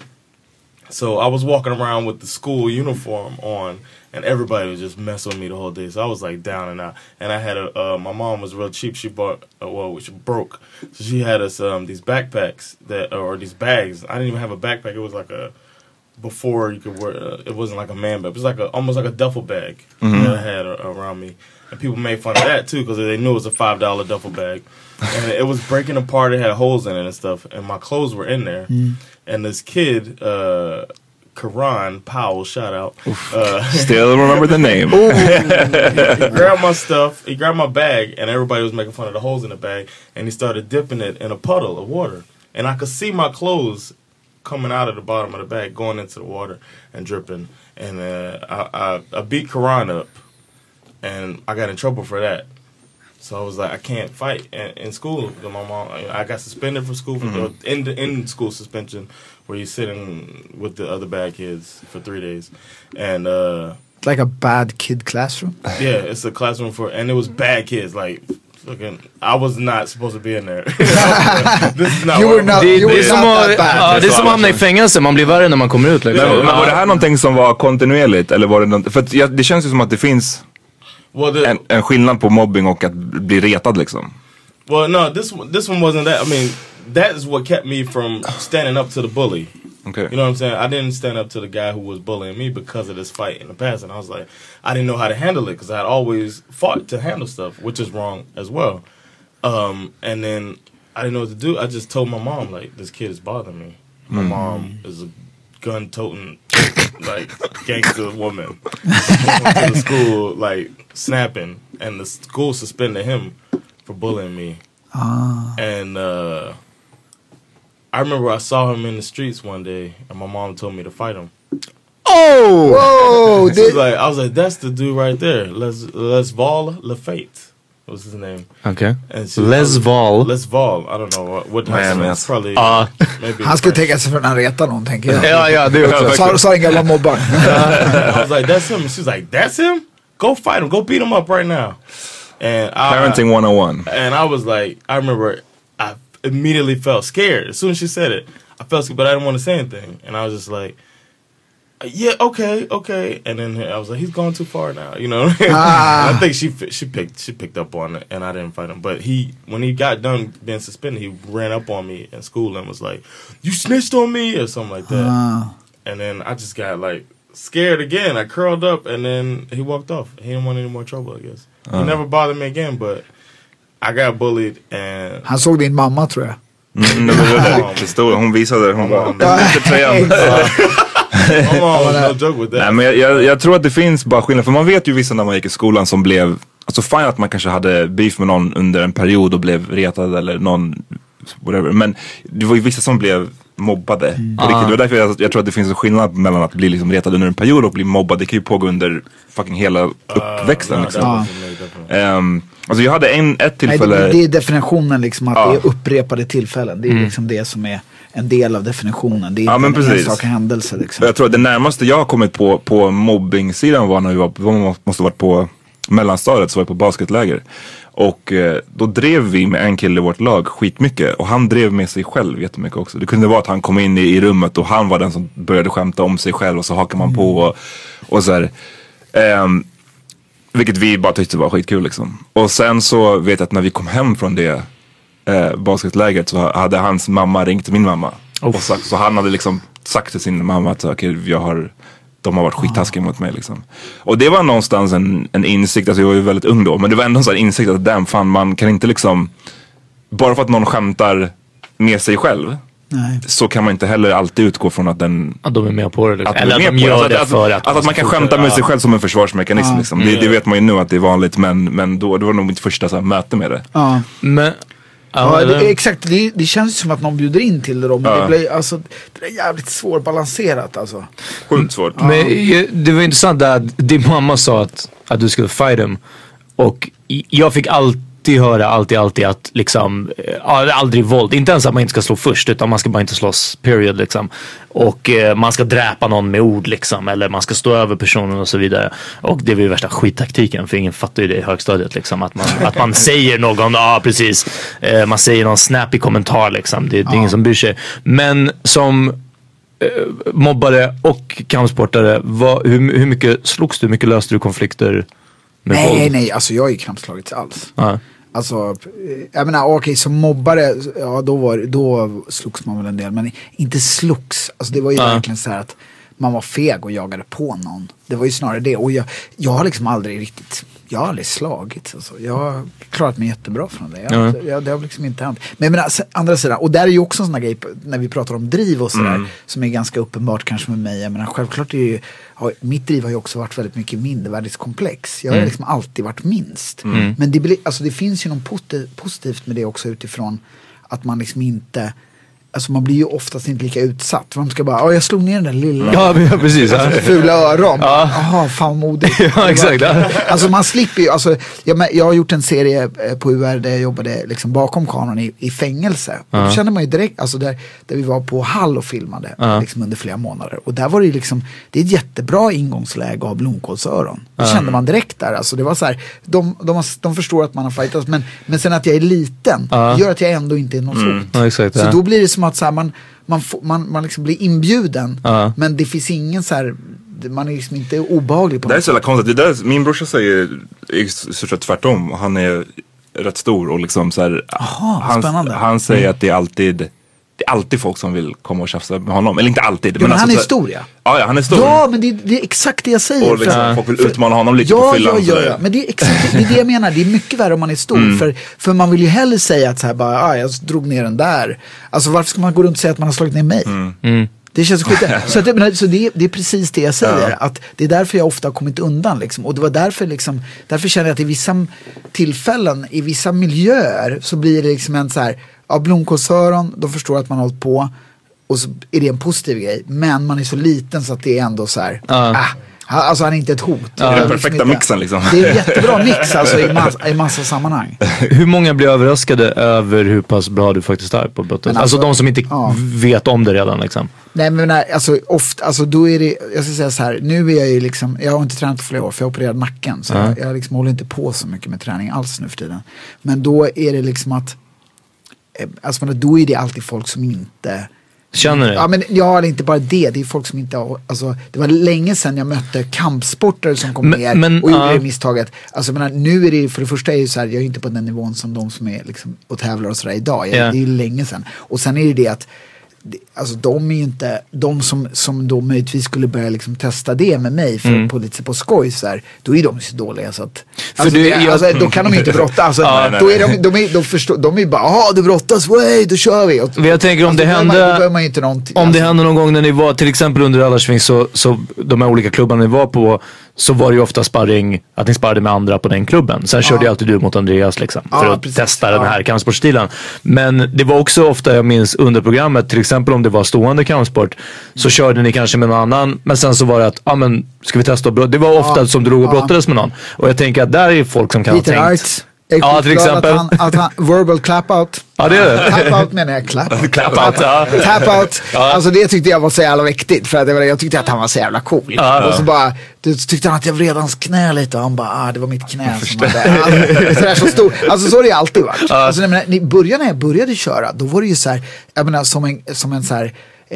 So I was walking around with the school uniform on, and everybody was just messing with me the whole day. So I was like down and out. And I had a, uh, my mom was real cheap. She bought, uh, well, she broke. So she had us um, these backpacks that, or these bags. I didn't even have a backpack. It was like a, before you could wear, uh, it wasn't like a man bag. It was like a almost like a duffel bag mm-hmm. that I had uh, around me, and people made fun of that too because they knew it was a five dollar duffel bag, and it was breaking apart. It had holes in it and stuff, and my clothes were in there. Mm. And this kid, uh, Karan Powell, shout out, uh, still remember the name. he, he grabbed my stuff, he grabbed my bag, and everybody was making fun of the holes in the bag, and he started dipping it in a puddle of water, and I could see my clothes coming out of the bottom of the bag, going into the water and dripping. And uh, I, I, I beat Karan up, and I got in trouble for that. So I was like, I can't fight in, in school. My mom, I got suspended from school, Mm-hmm. for, in the in school suspension, where you're sitting with the other bad kids for three days, and uh, Like a bad kid classroom. yeah, it's a classroom for, and it was bad kids. Like, fucking, I was not supposed to be in there. This is not You what were I'm- not- Det, you det, är were som not att, that bad. ja, det är som att hamna i fängelse, man blir värre när man kommer ut. Liksom. Men, men var det här någonting som var kontinuerligt? Eller var det något, för att jag, det känns ju som att det finns Well, the, en, en skillnad på mobbing och att bli retad liksom. well, no, this one, this one wasn't that. I mean, that is what kept me from standing up to the bully. Okay. You know what I'm saying? I didn't stand up to the guy who was bullying me because of this fight in the past, and I was like, I didn't know how to handle it because I had always fought to handle stuff, which is wrong as well. Um, and then I didn't know what to do. I just told my mom, like, this kid is bothering me. My mom is a gun-toting, like, gangster woman. She went to the school, like, snapping, and the school suspended him for bullying me. Ah. And uh, I remember I saw him in the streets one day, and my mom told me to fight him. Oh! Whoa! She was Det, like, I was like, that's the dude right there, Les Lesval Lafayette. What's his name? Okay. And she- Les Val. Lesval. I don't know what. what Miami. accent. Probably. Ja. Maybe. han skulle tänka sig för när han retar någon, tänker jag. Ja, ja, det också. Sa, sa den gamla mobbaren. I was like, that's him. She was like, that's him. Go fight him. Go beat him up right now. And I, Parenting one oh one. And I was like, I remember, I immediately felt scared as soon as she said it. I felt scared, but I didn't want to say anything. And I was just like, yeah, okay, okay. And then I was like, he's gone too far now, you know. Ah. And I think she she picked she picked up on it, and I didn't fight him. But he, when he got done being suspended, he ran up on me in school and was like, "You snitched on me," or something like that. Ah. And then I just got like scared again. I curled up, and then he walked off. He didn't want any more trouble, I guess. He never bothered me again, but I got bullied, and Han såg din mamma, tror jag. Mm, det var det. Det stod, hon visade, hon bara, det är inte tröjan. my mom was no joke with that. Nej, men jag, jag, jag tror att det finns bara skillnad, för man vet ju vissa när man gick i skolan som blev, alltså fine att man kanske hade beef med någon under en period och blev retad eller någon, whatever, men det var ju vissa som blev mobbade. Mm. På riktigt. Det var därför jag, jag tror att det finns en skillnad mellan att bli liksom retad under en period och bli mobbad. Det kan ju pågå under fucking hela uppväxten. Uh, liksom. no, uh. um, alltså jag hade en, ett tillfälle. Nej, det, det är definitionen liksom, att Ja. det är upprepade tillfällen. Det är liksom det som är en del av definitionen. Det är Ja, inte men en precis. enstaka händelse liksom. Jag tror att det närmaste jag har kommit på på mobbing-sidan var när vi var på, måste ha varit på mellanstadiet, så var jag på basketläger. Och eh, då drev vi med en kille i vårt lag skitmycket. Och han drev med sig själv jättemycket också. Det kunde vara att han kom in i, i rummet och han var den som började skämta om sig själv. Och så hakar man mm. på och, och så här. Ehm, vilket vi bara tyckte var skitkul liksom. Och sen så vet jag att när vi kom hem från det eh, basketlägret så hade hans mamma ringt min mamma. Och sagt, så han hade liksom sagt till sin mamma att okay, jag har... De har varit skittaskiga mot mig liksom. Och det var någonstans en, en insikt, alltså jag var ju väldigt ung då, men det var ändå en sån här insikt att damn fan, man kan inte liksom, bara för att någon skämtar med sig själv. Nej. Så kan man inte heller alltid utgå från att den... Att de är med på det. Liksom. Att Eller de att de gör alltså, det att, för att, att... att, att man kan skämta med sig själv som en försvarsmekanism. Ja. Liksom. Det, det vet man ju nu att det är vanligt, men, men då, det var nog mitt första så här, möte med det. Ja. Men... Ja, det, exakt. Det, det känns som att någon bjuder in till det då, men Ja. det blir alltså, det är jävligt svårbalanserat alltså. Sjukt svårt. Ja. Men jag- det var intressant där att din mamma sa att, att du skulle fight him. Och i- jag fick alltid höra, alltid, alltid att liksom, äh, aldrig våld. Inte ens att man inte ska slå först, utan man ska bara inte slåss, period liksom. Och äh, man ska dräpa någon med ord liksom, eller man ska stå över personen och så vidare. Och det var ju värsta skittaktiken, för ingen fattar ju det i högstadiet liksom. Att man, att man säger någon, ja precis, äh, man säger någon snappy kommentar liksom. Det, det är ingen som bryr sig. Men som äh, mobbare och kampsportare, vad, hur, hur mycket slogs du, hur mycket löste du konflikter med Nej, våld? nej, alltså jag är ju kampslagits alls. Ja. Alltså, eh, jag menar, okej, okay, som mobbare, ja då, var, då slogs man väl en del, men inte slogs. Alltså det var ju Ja. verkligen så här att man var feg och jagade på någon. Det var ju snarare det. Och jag, jag har liksom aldrig riktigt, jag har aldrig slagit. Alltså. Jag har klarat mig jättebra från det. Jag, Ja. jag, det har liksom inte hänt. Men jag menar, s- andra sidan, och där är ju också en sån här grej, när vi pratar om driv och sådär, Mm. som är ganska uppenbart kanske med mig. Jag menar, självklart är ju, har, mitt driv har ju också varit väldigt mycket mindervärdeskomplex. Jag har Mm. liksom alltid varit minst. Mm. Men det, blir, alltså det finns ju något posi- positivt med det också utifrån att man liksom inte alltså man blir ju oftast inte lika utsatt. För de ska bara, ja jag slog ner den där lilla. Ja, ja precis. Ja. Fula öron. Ja. Jaha, fan modigt. Ja, exakt. Ja. Alltså man slipper ju, alltså, jag, jag har gjort en serie på U R där jag jobbade liksom bakom kameran i, i fängelse. Och Ja. då kände man ju direkt, alltså där, där vi var på Hall och filmade Ja. liksom under flera månader. Och där var det ju liksom, det är ett jättebra ingångsläge av blomkålsöron. Det Ja. kände man direkt där. Alltså det var så här, de, de, har, de förstår att man har fightats. Men, men sen att jag är liten, Ja. gör att jag ändå inte är något Mm. hot. Ja, exakt, så ja. då blir det som att så här, man, man, får, man, man liksom blir inbjuden. Ja. Men det finns ingen så här, man är liksom inte obehaglig på Det här är något så jävla sätt. konstigt. Det där, min brorsa säger i stort sett tvärtom. Han är rätt stor och liksom så här, Aha, han, spännande. han säger att det är alltid det är alltid folk som vill komma och tjafsa med honom. Eller inte alltid. Ja, men alltså, han är så- stor, ja. Ja, ja, han är stor. Ja, men det, det är exakt det jag säger. Och liksom, För- folk vill för- utmana honom lite ja, på fyllan. Ja, och ja, sådär. ja. Men det är exakt det, är det jag menar. Det är mycket värre om man är stor. Mm. För, för man vill ju hellre säga att så här bara, ah, jag drog ner den där. Alltså varför ska man gå runt och säga att man har slagit ner mig? Mm. Det känns skit. Så, att, det- men, så det, det är precis det jag säger. Ja. Att det är därför jag ofta har kommit undan. Liksom. Och det var därför, liksom, därför känner jag att i vissa tillfällen, i vissa miljöer så blir det liksom en så här, ja, blomkålsöron, de förstår att man har hållit på. Och så är det en positiv grej. Men man är så liten så att det är ändå så här, Ja. ah, alltså han är inte ett hot. Det är är den liksom perfekta inte- mixen liksom. Det är en jättebra mix alltså i, massa, i massa sammanhang. Hur många blir överraskade över hur pass bra du faktiskt är på brottet? Men Alltså, alltså, de som inte ja. vet om det redan liksom. Nej men nej, alltså ofta, alltså då är det, jag ska säga så här, nu är jag ju liksom, jag har inte tränat på flera år för jag opererade nacken. Så Ja. jag, jag liksom håller inte på så mycket med träning alls nu för tiden. Men då är det liksom att, eh, alltså men då är det alltid folk som inte Känner du? Ja, men ja, det är inte bara det. Det är folk som inte har, alltså, det var länge sedan jag mötte kampsportare som kom Men- ner men, och gjorde ja. det misstaget. Alltså, men nu är det, för det första är det så här, jag är inte på den nivån som de som är liksom, och tävlar och sådär idag. Jag, Ja. Det är ju länge sedan. Och sen är det det att det- alltså de är ju inte, de som, som då möjligtvis skulle börja liksom testa det med mig för Mm. på lite på skoj så här, då är de så dåliga så att För alltså, du- det, jag- alltså, då kan de ju inte brotta, alltså, Ja, nej, då är de, de, är, de, förstår, de är ju bara, jaha du brottas, way, då kör vi. Och, Men jag tänker om alltså, det då behöver man- hände- då behöver man ju inte någonting, Om det alltså. hände någon gång när ni var, till exempel under Rallarsving, så, så de här olika klubbarna ni var på, så var det ju ofta sparring, att ni sparrade med andra på den klubben. Sen körde ju alltid du mot Andreas liksom, för Ja, att precis. testa den Ja. här kampsportstilen. Men det var också ofta, jag minns under programmet, till exempel om det var stående kampsport, så körde ni kanske med någon annan, men sen så var det att, ja men, ska vi testa att brott? Det var ofta Ja. som du låg och Ja. brottades med någon. Och jag tänker att där är folk som kan Peter ha tänkt... Arts. Jag är Ja, till skitglad exempel. Att han, att han, verbal clap out. Ja, det är det. Tap out menar jag, clap out. Clap out, ja. Tap out. Ja. Alltså det tyckte jag var så jävla viktigt. För att jag, jag tyckte att han var så jävla cool. Ja. Och så bara, då tyckte han att jag vred hans knä lite. Och han bara, ah det var mitt knä som hade. Alltså, så där så stor. Alltså så har det ju alltid varit. Alltså, när, när, början när jag började köra, då var det ju så här, jag menar som en, som en så här,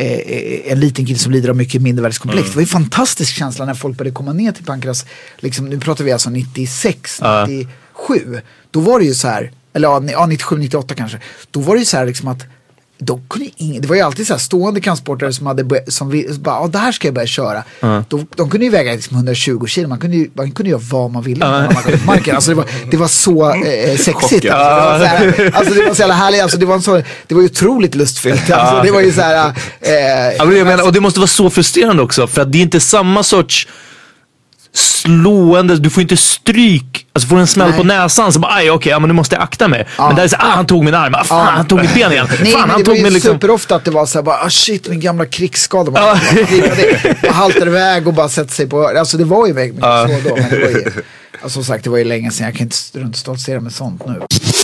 Eh, en liten kille som lider av mycket mindervärdeskomplex. Mm. Det var ju en fantastisk känsla när folk började komma ner till Pankras. Liksom, nu pratar vi alltså nittiosex, Ja. nittiosju. Då var det ju så här, eller ja, ja, nittiosju, nittioåtta kanske. Då var det ju så här liksom att de kunde ing, det var ju alltid så här stående kampsportare som hade börjat, som vi, bara, ja det här ska jag börja köra. Ja. De, de kunde ju väga liksom hundratjugo kilo, man kunde ju, man kunde göra vad man ville när man kom på marken. Alltså det var, det var så eh, sexigt. Alltså, det, var så här, alltså det var så jävla härligt, alltså det var, en så, det var ju otroligt lustfyllt. Alltså, det var ju så här... Eh, Ja, men jag menar, och det måste vara så frustrerande också, för att det är inte samma sorts slående, du får inte stryk, alltså får en smäll Nej. på näsan så bara aj okej, ja men nu måste jag akta mig. Ja. Men där är så, ah han tog min arm, ah, fan Ja. han tog mitt ben igen. Nej, fan men han det tog var ju min liksom. superofta att det var så här bara, ah shit min gamla krigsskada. Man, Ja. man haltade iväg och bara sätter sig på, alltså det var ju mycket Ja. så då, men det var ju, alltså, som sagt det var ju länge sedan, jag kan inte runt stoltsera med sånt nu.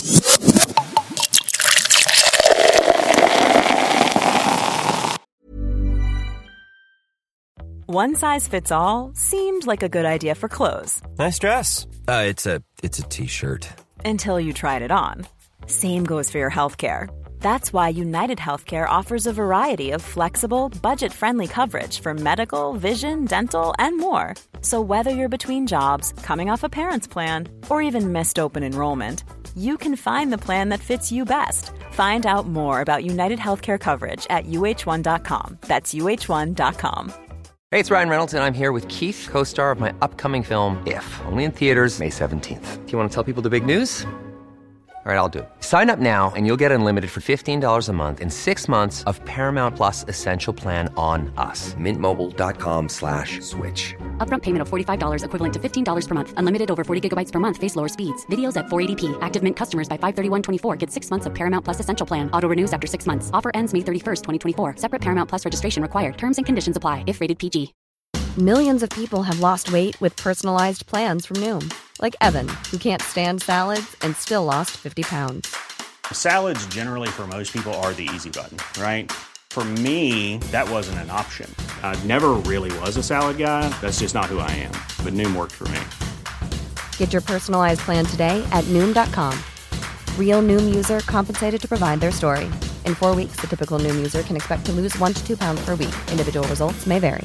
One size fits all seemed like a good idea for clothes Nice dress. Uh, it's a it's a t-shirt. until you tried it on. Same goes for your healthcare. That's why United Healthcare offers a variety of flexible, budget-friendly coverage for medical, vision, dental, and more. So whether you're between jobs, coming off a parent's plan, or even missed open enrollment, you can find the plan that fits you best. Find out more about United Healthcare coverage at U H one dot com. That's U H one dot com. Hey, it's Ryan Reynolds, and I'm here with Keith, co-star of my upcoming film, If, only in theaters May seventeenth. Do you want to tell people the big news? All right, I'll do it. Sign up now and you'll get unlimited for fifteen dollars a month and six months of Paramount Plus Essential Plan on us. Mint Mobile dot com slash switch. Upfront payment of forty-five dollars equivalent to fifteen dollars per month. Unlimited over forty gigabytes per month. Face lower speeds. Videos at four eighty p. Active Mint customers by five thirty-one twenty-four get six months of Paramount Plus Essential Plan. Auto renews after six months. Offer ends May thirty-first, twenty twenty-four. Separate Paramount Plus registration required. Terms and conditions apply if rated P G. Millions of people have lost weight with personalized plans from Noom. Like Evan, who can't stand salads and still lost fifty pounds. Salads generally for most people are the easy button, right? For me, that wasn't an option. I never really was a salad guy. That's just not who I am. But Noom worked for me. Get your personalized plan today at Noom dot com. Real Noom user compensated to provide their story. In four weeks, the typical Noom user can expect to lose one to two pounds per week. Individual results may vary.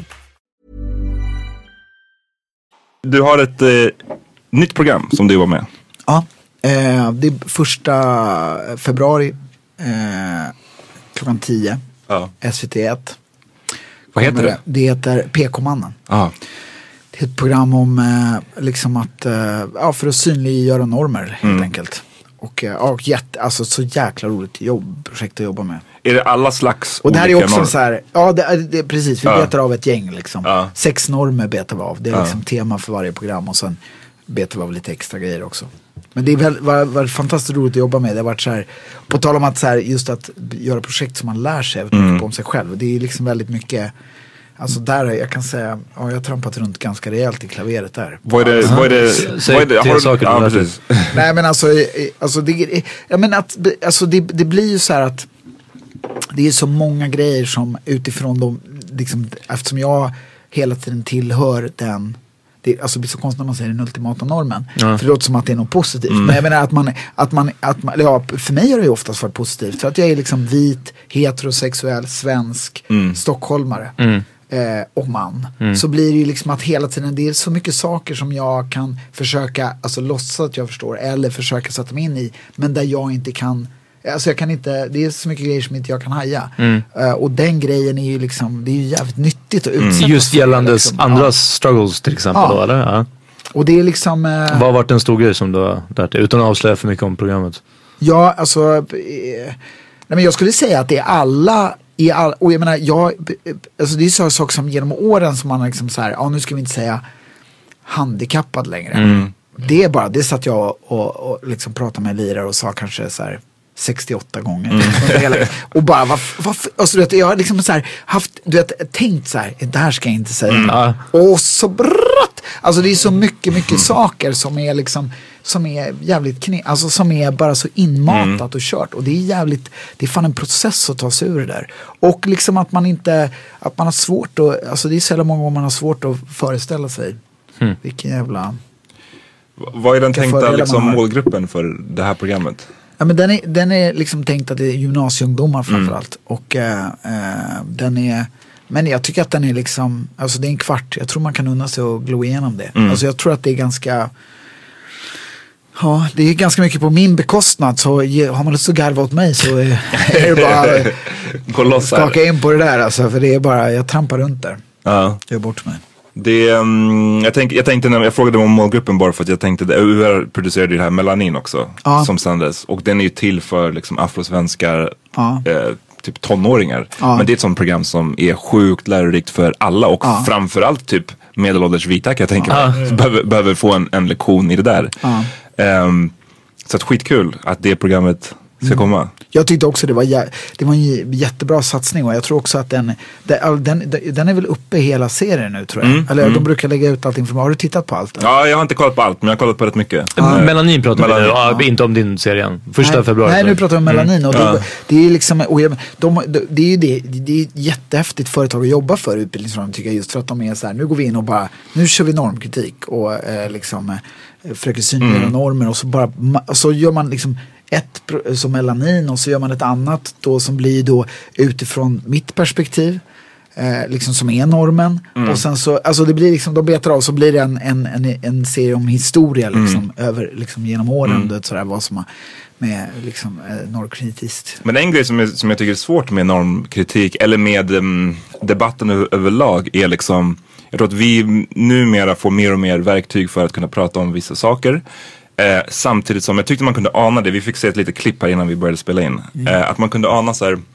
Du har ett eh, nytt program som du var med. Ja, eh, det är första februari eh, klockan tio. Ja. S V T ett. Vad heter det? Det heter P K-mannen. Ja. Det är ett program om eh, liksom att, eh, ja, för att synliggöra normer helt Mm. enkelt. Och, eh, och jätte, alltså så jäkla roligt jobb, projekt att jobba med. Är det alla slags Och det här är olika också normer? så här, ja det, är- det är precis, vi Ja. betar av ett gäng liksom. Ja. Sex normer betar vi av. Det är Ja. liksom tema för varje program och sen betar vi av lite extra grejer också. Men det är väl, var, var fantastiskt roligt att jobba med. Det har varit så här, på tal om att så här, just att göra projekt som man lär sig väldigt mycket Mm. på om sig själv. Det är liksom väldigt mycket, alltså där jag kan säga, ja, jag har trampat runt ganska rejält i klaveret där. Vad är det? Vad är det? Säg Vad är det? tre Har du- saker du ja, lär dig. precis. Nej men alltså, eh, alltså, det, jag menar att, alltså det, det blir ju så här att det är så många grejer som utifrån de, liksom, eftersom jag hela tiden tillhör den, det, alltså det blir så konstigt när man säger den ultimata normen. Ja. För det låter som att det är något positivt. Mm. Men jag menar att man, att man, att man, ja, för mig har det ju oftast varit positivt. För att jag är liksom vit, heterosexuell, svensk, Mm. stockholmare. Mm. Eh, och man. Mm. Så blir det ju liksom att hela tiden, det är så mycket saker som jag kan försöka, alltså låtsas att jag förstår eller försöka sätta mig in i, men där jag inte kan, alltså jag kan inte, det är så mycket grejer som inte jag kan haja. Mm. Eh, och den grejen är ju liksom, det är ju jävligt nyttigt att utsätta Just sig för, gällandes liksom. andras struggles till exempel Ja. då, eller? Ja. Och det är liksom eh, Vad har varit en stor grej som du har lärt dig? Utan att avslöja för mycket om programmet. ja, alltså eh, nej men jag skulle säga att det är alla i all, och jag menar, jag, alltså det är så saker som genom åren som man liksom så här, ja nu ska vi inte säga handikappad längre. Mm. Det är bara, det satt jag och, och liksom pratade med lirare och sa kanske så här sextioåtta gånger. Mm. Och bara, vad, vad, alltså, du vet, jag har liksom så här haft, du vet, tänkt så här, det här ska jag inte säga. Mm. Ja. Och så brrrt, alltså det är så mycket, mycket saker som är liksom, som är jävligt kne, alltså som är bara så inmatat Mm. och kört. Och det är jävligt, det är fan en process att ta sig ur det där. Och liksom att man inte, att man har svårt att, alltså det är så jävla många gånger man har svårt att föreställa sig. Mm. Vilken jävla... Vad är den Vilka tänkta fördelar liksom, man har. målgruppen för det här programmet? Ja, men den är, den är liksom tänkt att det är gymnasieungdomar Mm. framförallt. Och eh, eh, den är, men jag tycker att den är liksom, alltså det är en kvart. Jag tror man kan unna sig att glo igenom det. Mm. Alltså jag tror att det är ganska, ja det är ganska mycket på min bekostnad. Så ge, har man lust att garva åt mig så är, är det bara Gå loss här. skaka in på det där alltså. För det är bara, jag trampar runt där. Ja. Gör bort mig. Det, um, jag, tänk, jag tänkte när jag frågade om målgruppen bara för att jag tänkte att U R producerade ju det här Melanin också Ja. som sändes och den är ju till för liksom afrosvenskar Ja. eh, typ tonåringar. Ja. Men det är ett sånt program som är sjukt lärorikt för alla och Ja. framförallt typ medelålders vita kan jag tänka mig. Ja. Så behöver, behöver få en, en lektion i det där. Ja. Ehm, så att skitkul att det programmet ska komma. Jag tyckte också det var, jä- det var en j- jättebra satsning och jag tror också att den, den, den, den är väl uppe i hela serien nu tror jag. Mm, Eller mm. de brukar lägga ut allting från, har du tittat på allt? eller? Ja, jag har inte kollat på allt men jag har kollat på rätt mycket. Mm. Eh, Melanin pratar vi nu, Melanin. ja, inte om din serie än. Första nej, februari. Nej, nu pratar vi om Melanin och Ja. det, det är liksom, och jag, de, det är ju det, det är ett jättehäftigt företag att jobba för Utbildningsradion tycker jag, just för att de är så här, nu går vi in och bara, nu kör vi normkritik och eh, liksom eh, försöker synliggöra Mm. normer och så bara, ma- och så gör man liksom ett pro- som Melanin och så gör man ett annat då som blir då utifrån mitt perspektiv. Eh, liksom som är normen Mm. och sen så, alltså det blir liksom, de betar av så blir det en, en, en, en serie om historia liksom, Mm. över, liksom genom åren, Mm. det, sådär, vad som har med liksom eh, normkritiskt. Men en grej som jag, som jag tycker är svårt med normkritik eller med um, debatten ö- överlag är liksom, jag tror att vi numera får mer och mer verktyg för att kunna prata om vissa saker. Eh, samtidigt som jag tyckte man kunde ana det. Vi fick se ett litet klipp här innan vi började spela in. Mm. Eh, att man kunde ana så här.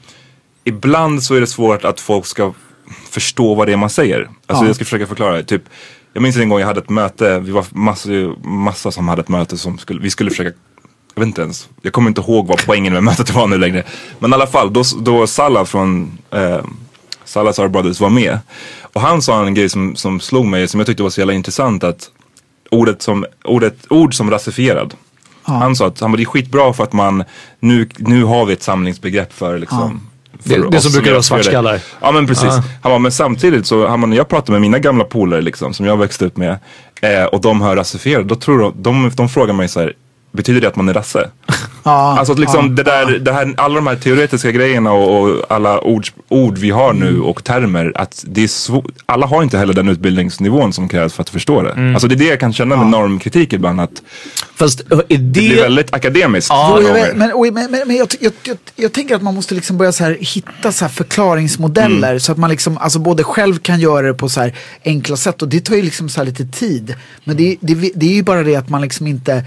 Ibland så är det svårt att folk ska förstå vad det är man säger. Alltså ja. jag ska försöka förklara det. Typ, jag minns en gång jag hade ett möte. Vi var massa, massa som hade ett möte som skulle, vi skulle försöka. Jag vet inte ens. Jag kommer inte ihåg vad poängen med mötet var nu längre. Men i alla fall, då, då Salah från eh, Salazar Brothers var med. Och han sa en grej som, som slog mig, som jag tyckte var så jävla intressant. Att ordet som, ordet, ord som rasifierad. Ja. Han sa att han var det är skitbra för att man, nu, nu har vi ett samlingsbegrepp för liksom. Ja. För det, det som brukar vara svartskallar. Ja men precis. Ja. Han var, men samtidigt så, han, när jag pratar med mina gamla polare liksom, som jag växte upp med. Eh, och de hör rasifierad, då tror de, de, de frågar mig så här. Betyder det att man är rasse? Ah, alltså att liksom ah, det där, ah. det här, alla de här teoretiska grejerna och, och alla ord, ord vi har nu och termer, att det är svår, alla har inte heller den utbildningsnivån som krävs för att förstå det. Mm. Alltså det är det jag kan känna med ah. normkritik ibland, att fast, är det... det blir väldigt akademiskt. Ah, jag vet, men och, men, men jag, jag, jag, jag tänker att man måste liksom börja så här, hitta så här förklaringsmodeller mm. så att man liksom, alltså både själv kan göra det på så här enkla sätt, och det tar ju liksom så här lite tid. Men det, det, det är ju bara det att man liksom inte...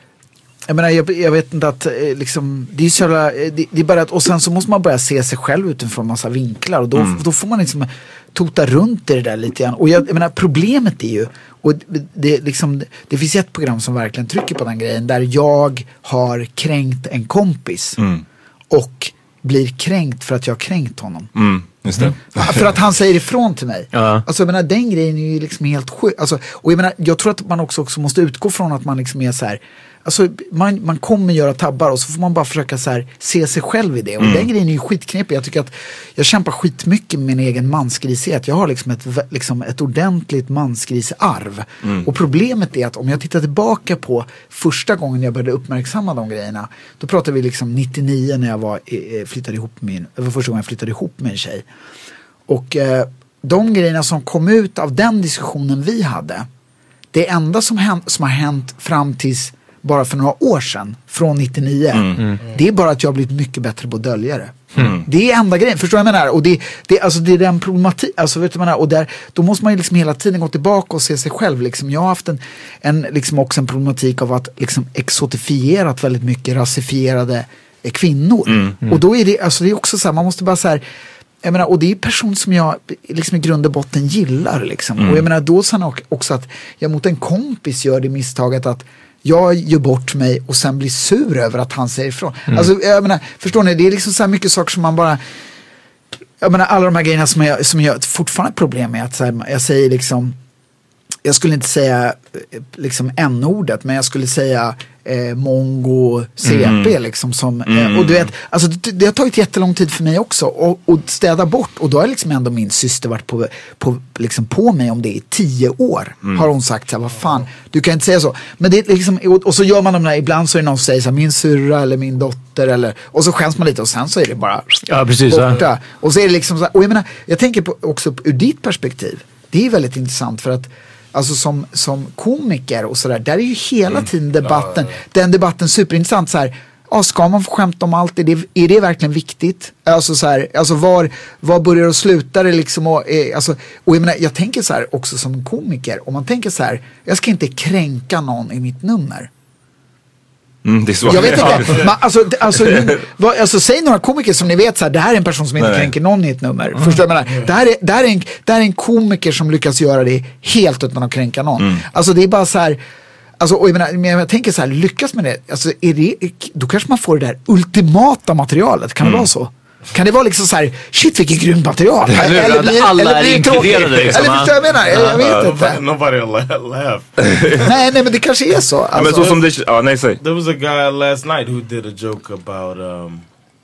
Jag menar, jag, jag vet inte att liksom, det är så jävla, det, det är bara att, och sen så måste man börja se sig själv utifrån massa vinklar, och då, mm. då får man liksom tota runt i det där lite grann. Och jag, jag menar, problemet är ju, och det, liksom, det finns ett program som verkligen trycker på den grejen, där jag har kränkt en kompis mm. och blir kränkt för att jag har kränkt honom. Mm. Just det. Mm. För att han säger ifrån till mig. Ja. Alltså jag menar, den grejen är ju liksom helt sjuk. Alltså, och jag menar, jag tror att man också, också måste utgå från att man liksom är så här. Alltså man, man kommer göra tabbar, och så får man bara försöka så här, se sig själv i det. Och mm. den grejen är ju skitknepig. Jag tycker att jag kämpar skitmycket med min egen mansgrisighet. Jag har liksom ett, liksom ett ordentligt mansgrisarv. Mm. Och problemet är att om jag tittar tillbaka på första gången jag började uppmärksamma de grejerna, då pratar vi liksom nittionio när jag var, flyttade ihop med min, det var första gången jag flyttade ihop med en tjej. Och eh, de grejerna som kom ut av den diskussionen vi hade, det enda som, hänt, som har hänt fram tills bara för några år sedan, från nittionio, mm. Mm. det är bara att jag har blivit mycket bättre på att dölja det. Mm. Det är enda grejen, förstår du vad jag menar? Och det, det, alltså det är den problematik, alltså vet du vad jag menar? Och där, då måste man ju liksom hela tiden gå tillbaka och se sig själv. Liksom. Jag har haft en, en, liksom också en problematik av att liksom exotifierat väldigt mycket rasifierade eh, kvinnor. Mm. Mm. Och då är det, alltså det är också så här, man måste bara så här, jag menar, och det är person som jag liksom i grund och botten gillar liksom. Mm. Och jag menar då sen också att jag mot en kompis gör det misstaget att jag gör bort mig och sen blir sur över att han säger ifrån. Mm. Alltså, jag menar, förstår ni? Det är liksom så här mycket saker som man bara... Jag menar, alla de här grejerna som jag, som jag fortfarande har problem med. Att så här, jag säger liksom... Jag skulle inte säga liksom n-ordet, men jag skulle säga eh, mongo, C P mm. liksom som, mm. eh, och du vet, alltså det, det har tagit jättelång tid för mig också och, och städa bort, och då har liksom ändå min syster varit på, på, liksom på mig om det i tio år, mm. har hon sagt så här, vad fan, du kan inte säga så, men det är liksom, och, och så gör man de där, ibland så är det någon som säger så här, min syrra eller min dotter eller, och så skäms man lite och sen så är det bara ja, precis, borta, ja. Och så är det liksom så här, och jag menar, jag tänker på, också ur ditt perspektiv, det är väldigt intressant för att alltså som, som komiker och sådär, där är ju hela tiden debatten, den debatten superintressant så här, ja, ska man få skämta om allt? Är det, är det verkligen viktigt? Alltså så här, alltså var, var börjar och slutar det liksom? Och, eh, alltså, och jag menar, jag tänker så här också som komiker, om man tänker så här, jag ska inte kränka någon i mitt nummer. Mm, det är svårt. Jag vet inte. Man, alltså, alltså, vad, alltså, säg några komiker som ni vet så här, det här är en person som inte Nej. kränker någon i ett nummer. Mm. Förstår du vad jag menar? Det här är, det här är en, det här är en komiker som lyckas göra det helt utan att kränka någon. Mm. Alltså det är bara så här, alltså, och jag, menar, men jag tänker så här, lyckas med det, alltså, är det, då kanske man får det där ultimata materialet. Kan mm. det vara så? Kan det vara liksom så här, shit vilket grymt material? Eller, eller blir, alla eller blir är inkluderade liksom. Eller förstår jag menar? Jag vet inte. Nobody laugh. nej, nej, men det kanske är så. Alltså. Men så som det, ja, nej, säg. There was a guy last night who did a joke about um,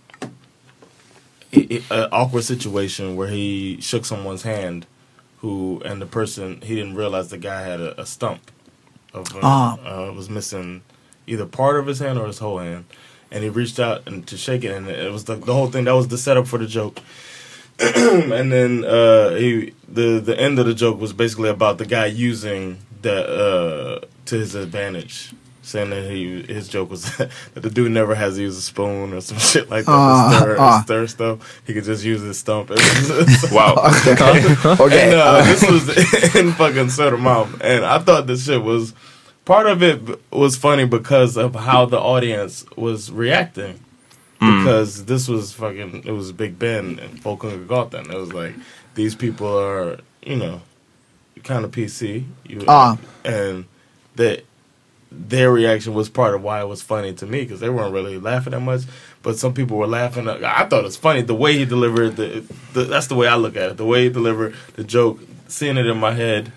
an awkward situation where he shook someone's hand who, and the person, he didn't realize the guy had a, a stump of, uh, ah. uh, was missing either part of his hand or his whole hand. And he reached out and to shake it, and it was the, the whole thing. That was the setup for the joke. And then uh, he, the the end of the joke was basically about the guy using that uh, to his advantage, saying that he his joke was that the dude never has to use a spoon or some shit like that uh, to stir, uh. stir stuff. He could just use his stump. Wow. Okay. okay. And uh, this was in fucking Södermalm, and I thought this shit was part of it was funny because of how the audience was reacting. Mm. Because this was fucking, it was Big Ben and folk kunde gatan. It was like, these people are, you know, kind of P C. You, uh. And that their reaction was part of why it was funny to me, because they weren't really laughing that much. But some people were laughing. I thought it was funny the way he delivered the, the. That's the way I look at it. The way he delivered the joke, seeing it in my head.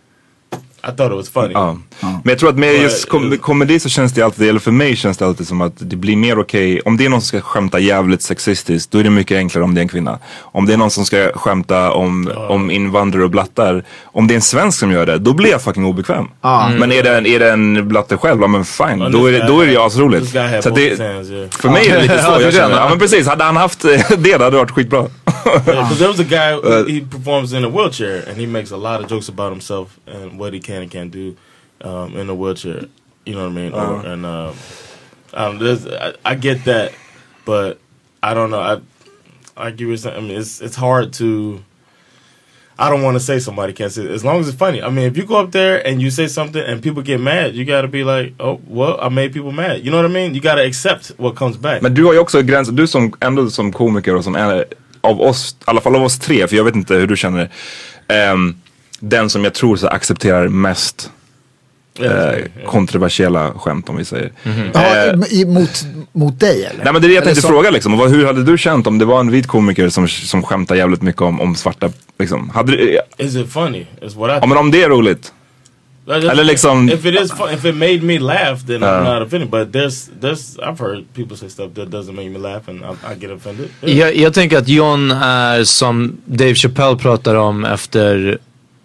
I thought it was funny. Ja. Ja. Men jag tror att med But just kom- komedi så känns det alltid, eller för mig känns det alltid som att det blir mer okej. Okay. Om det är någon som ska skämta jävligt sexistiskt, då är det mycket enklare om det är en kvinna. Om det är någon som ska skämta om, ja. om invandrare och blattar, om det är en svensk som gör det, då blir jag fucking obekväm. Mm. Men är det, en, är det en blatte själv, ja, men fine, well, då, är det, då är det ju asroligt. Så det, hands, yeah. För mig är det lite så jag känner. Ja men precis, hade han haft det, det hade varit skitbra. Yeah, there was a guy, who, he performs in a wheelchair and he makes a lot of jokes about himself and what he can and can't do um, in a wheelchair. You know what I mean? Uh-huh. Or, and uh, um, I, I get that, but I don't know. I I give you something. I mean, it's it's hard to. I don't want to say somebody can't say it, as long as it's funny. I mean, if you go up there and you say something and people get mad, you got to be like, oh, well, I made people mad. You know what I mean? You got to accept what comes back. Men du har ju också gränser. Du som ändå som komiker och som är av oss, i alla fall av oss tre, för jag vet inte hur du känner det. Um, den som jag tror så accepterar mest uh, yeah, yeah. kontroversiella skämt, om vi säger. Mm-hmm. Ja, uh, mot, mot dig eller? Nej, men det är det jag tänkte så... fråga liksom. Vad, hur hade du känt om det var en vit komiker som, som skämtar jävligt mycket om, om svarta liksom? Hade du, Is it funny? Is what I ja, men om det är roligt. Eller liksom, if it is fun, if it made me laugh, then uh, I'm not offended. But there's there's I've heard people say stuff that doesn't make me laugh and I, I get offended. Yeah. Jag, jag tänker att John är som Dave Chappelle pratar om efter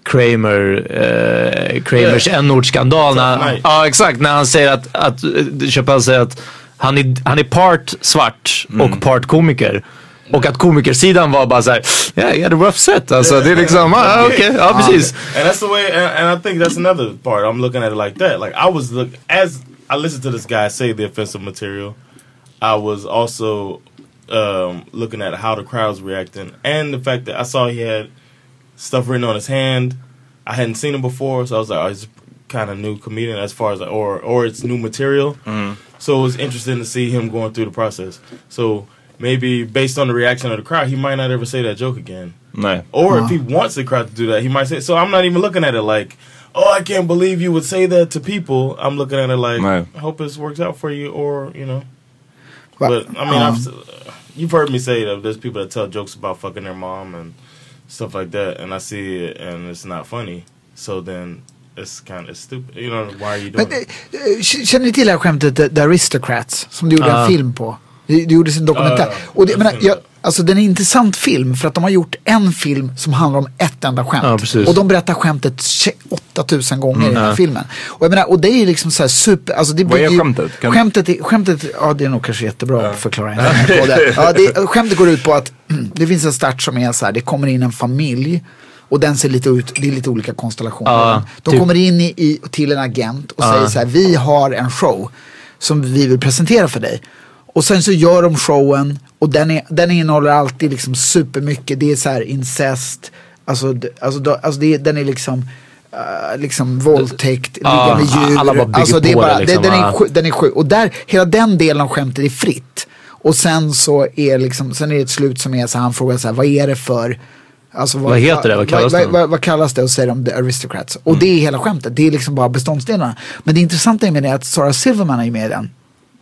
Kramer eh, Kramers yeah. n-ordsskandal. Ja, ah, exakt, när han säger att, att Chappelle säger att han är, han är part svart mm. och part komiker. Och att komikersidan var bara såhär, yeah, you had a rough set. Alltså yeah, det är liksom, ah, okej, okay, ja precis. And that's the way, and, and I think that's another part. I'm looking at it like that. Like I was, look, as I listened to this guy say the offensive material, I was also um, looking at how the crowd's reacting. And the fact that I saw he had stuff written on his hand. I hadn't seen him before, so I was like, oh, he's kind of new comedian as far as, like, or, or it's new material. Mm. So it was interesting to see him going through the process. So maybe based on the reaction of the crowd, he might not ever say that joke again. No. Or uh-huh. if he wants the crowd to do that, he might say. So I'm not even looking at it like, oh, I can't believe you would say that to people. I'm looking at it like, no. I hope this works out for you, or, you know. But, I mean, um, I've, you've heard me say that there's people that tell jokes about fucking their mom and stuff like that, and I see it, and it's not funny. So then it's kind of stupid. You know, why are you doing it? Uh, känner ni till det här skämtet, The, The Aristocrats, som du gjorde uh. en film på? Det gjordes en dokumentär. Uh, och det, menar, jag, alltså den är en intressant film för att de har gjort en film som handlar om ett enda skämt. Ja, och de berättar skämtet åtta tusen gånger mm, i den här ja. filmen. Och jag menar, och det är liksom så här super, alltså det Vad är skämtet? Kan... Skämtet, är, skämtet, ja det är nog kanske jättebra ja. att förklara. på det. Ja, det, skämtet går ut på att det finns en start som är så här, det kommer in en familj. Och den ser lite ut, det är lite olika konstellationer. Ja, de typ. kommer in i, i, till en agent och ja. säger så här, vi har en show som vi vill presentera för dig. Och sen så gör de showen och den, är, den innehåller alltid liksom supermycket. Det är så här incest. Alltså, alltså, då, alltså det, den är liksom uh, liksom våldtäkt, ligga med djur. Alla bara bygger alltså, det är på bara, det liksom. det, den, är, den är sjuk. Och där, hela den delen av skämtet är fritt. Och sen så är liksom, sen är det ett slut som är så här, han frågar så här, vad är det för... Alltså, vad, vad heter det? Vad kallas vad, det? Vad, vad kallas det? Och säger de The Aristocrats. Och mm. det är hela skämtet. Det är liksom bara beståndsdelarna. Men det intressanta med det är att Sarah Silverman är med i den.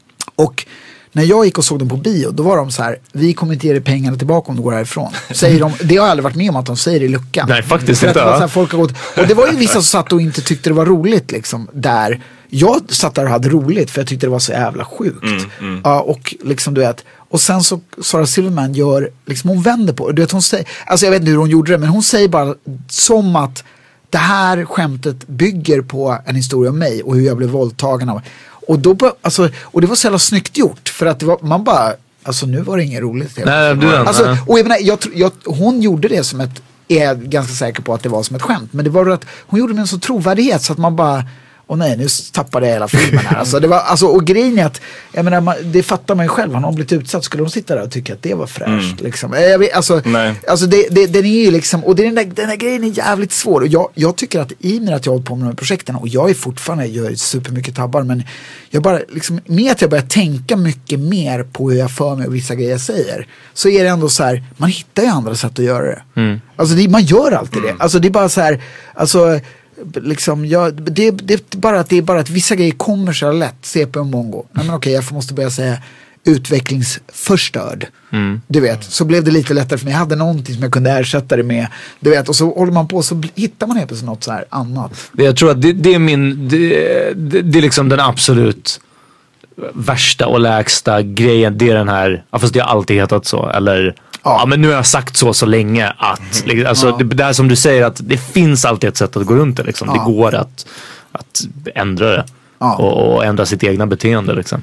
Och när jag gick och såg dem på bio, då var de så här, vi kommer inte ge dig pengarna tillbaka om du går härifrån. Säger de, det har jag aldrig varit med om att de säger i luckan. Nej, faktiskt för inte. Att det var så här, folk har gått, och det var ju vissa som satt och inte tyckte det var roligt liksom, där. Jag satt där och hade roligt för jag tyckte det var så jävla sjukt. Mm, mm. Ja, och liksom du vet, och sen så Sarah Silverman gör, liksom hon vänder på, du vet hon säger, alltså jag vet inte hur hon gjorde det, men hon säger bara som att det här skämtet bygger på en historia om mig och hur jag blev våldtagen av. Och då, alltså, och det var så jävla snyggt gjort för att det var, man bara, alltså nu var det inget roligt. Nej, du alltså, nej. Och jag menar, jag, jag, hon gjorde det som ett, är jag ganska säker på att det var som ett skämt, men det var att hon gjorde det med en så trovärdighet så att man bara, och nej, nu tappade jag hela filmen här. Alltså, det var, alltså, och grejen är att, jag menar, man, det fattar man ju själv. Han har blivit utsatt, skulle de sitta där och tycka att det var fräscht. Mm. Liksom. Jag vet, alltså, alltså det, det, den är ju liksom, och den där, den där grejen är jävligt svår. Och jag, jag tycker att i och med att jag håller på med de här projekten, och jag är fortfarande, gör supermycket tabbar, men jag bara, liksom, med att jag börjar tänka mycket mer på hur jag för mig och vissa grejer jag säger, så är det ändå så här, man hittar ju andra sätt att göra det. Mm. Alltså det, man gör alltid det. Alltså det är bara så här, alltså liksom, jag, det, det är bara att det är bara att vissa grejer kommer så lätt. C P M mongo. Nej men okej, jag måste börja säga utvecklingsförstörd. Mm. Du vet, så blev det lite lättare för mig. Jag hade någonting som jag kunde ersätta det med. Du vet, och så håller man på, så hittar man helt något så här annat. Jag tror att det, det är min det, det, det är liksom den absolut värsta och lägsta grejen. Det är den här, ja, fast det har alltid hetat så. Eller ja, ja men nu har jag sagt så så länge att mm. alltså, ja. det, det är som du säger, att det finns alltid ett sätt att gå runt det liksom. Ja. Det går att, att ändra det. Ja. Och, och ändra sitt egna beteende liksom.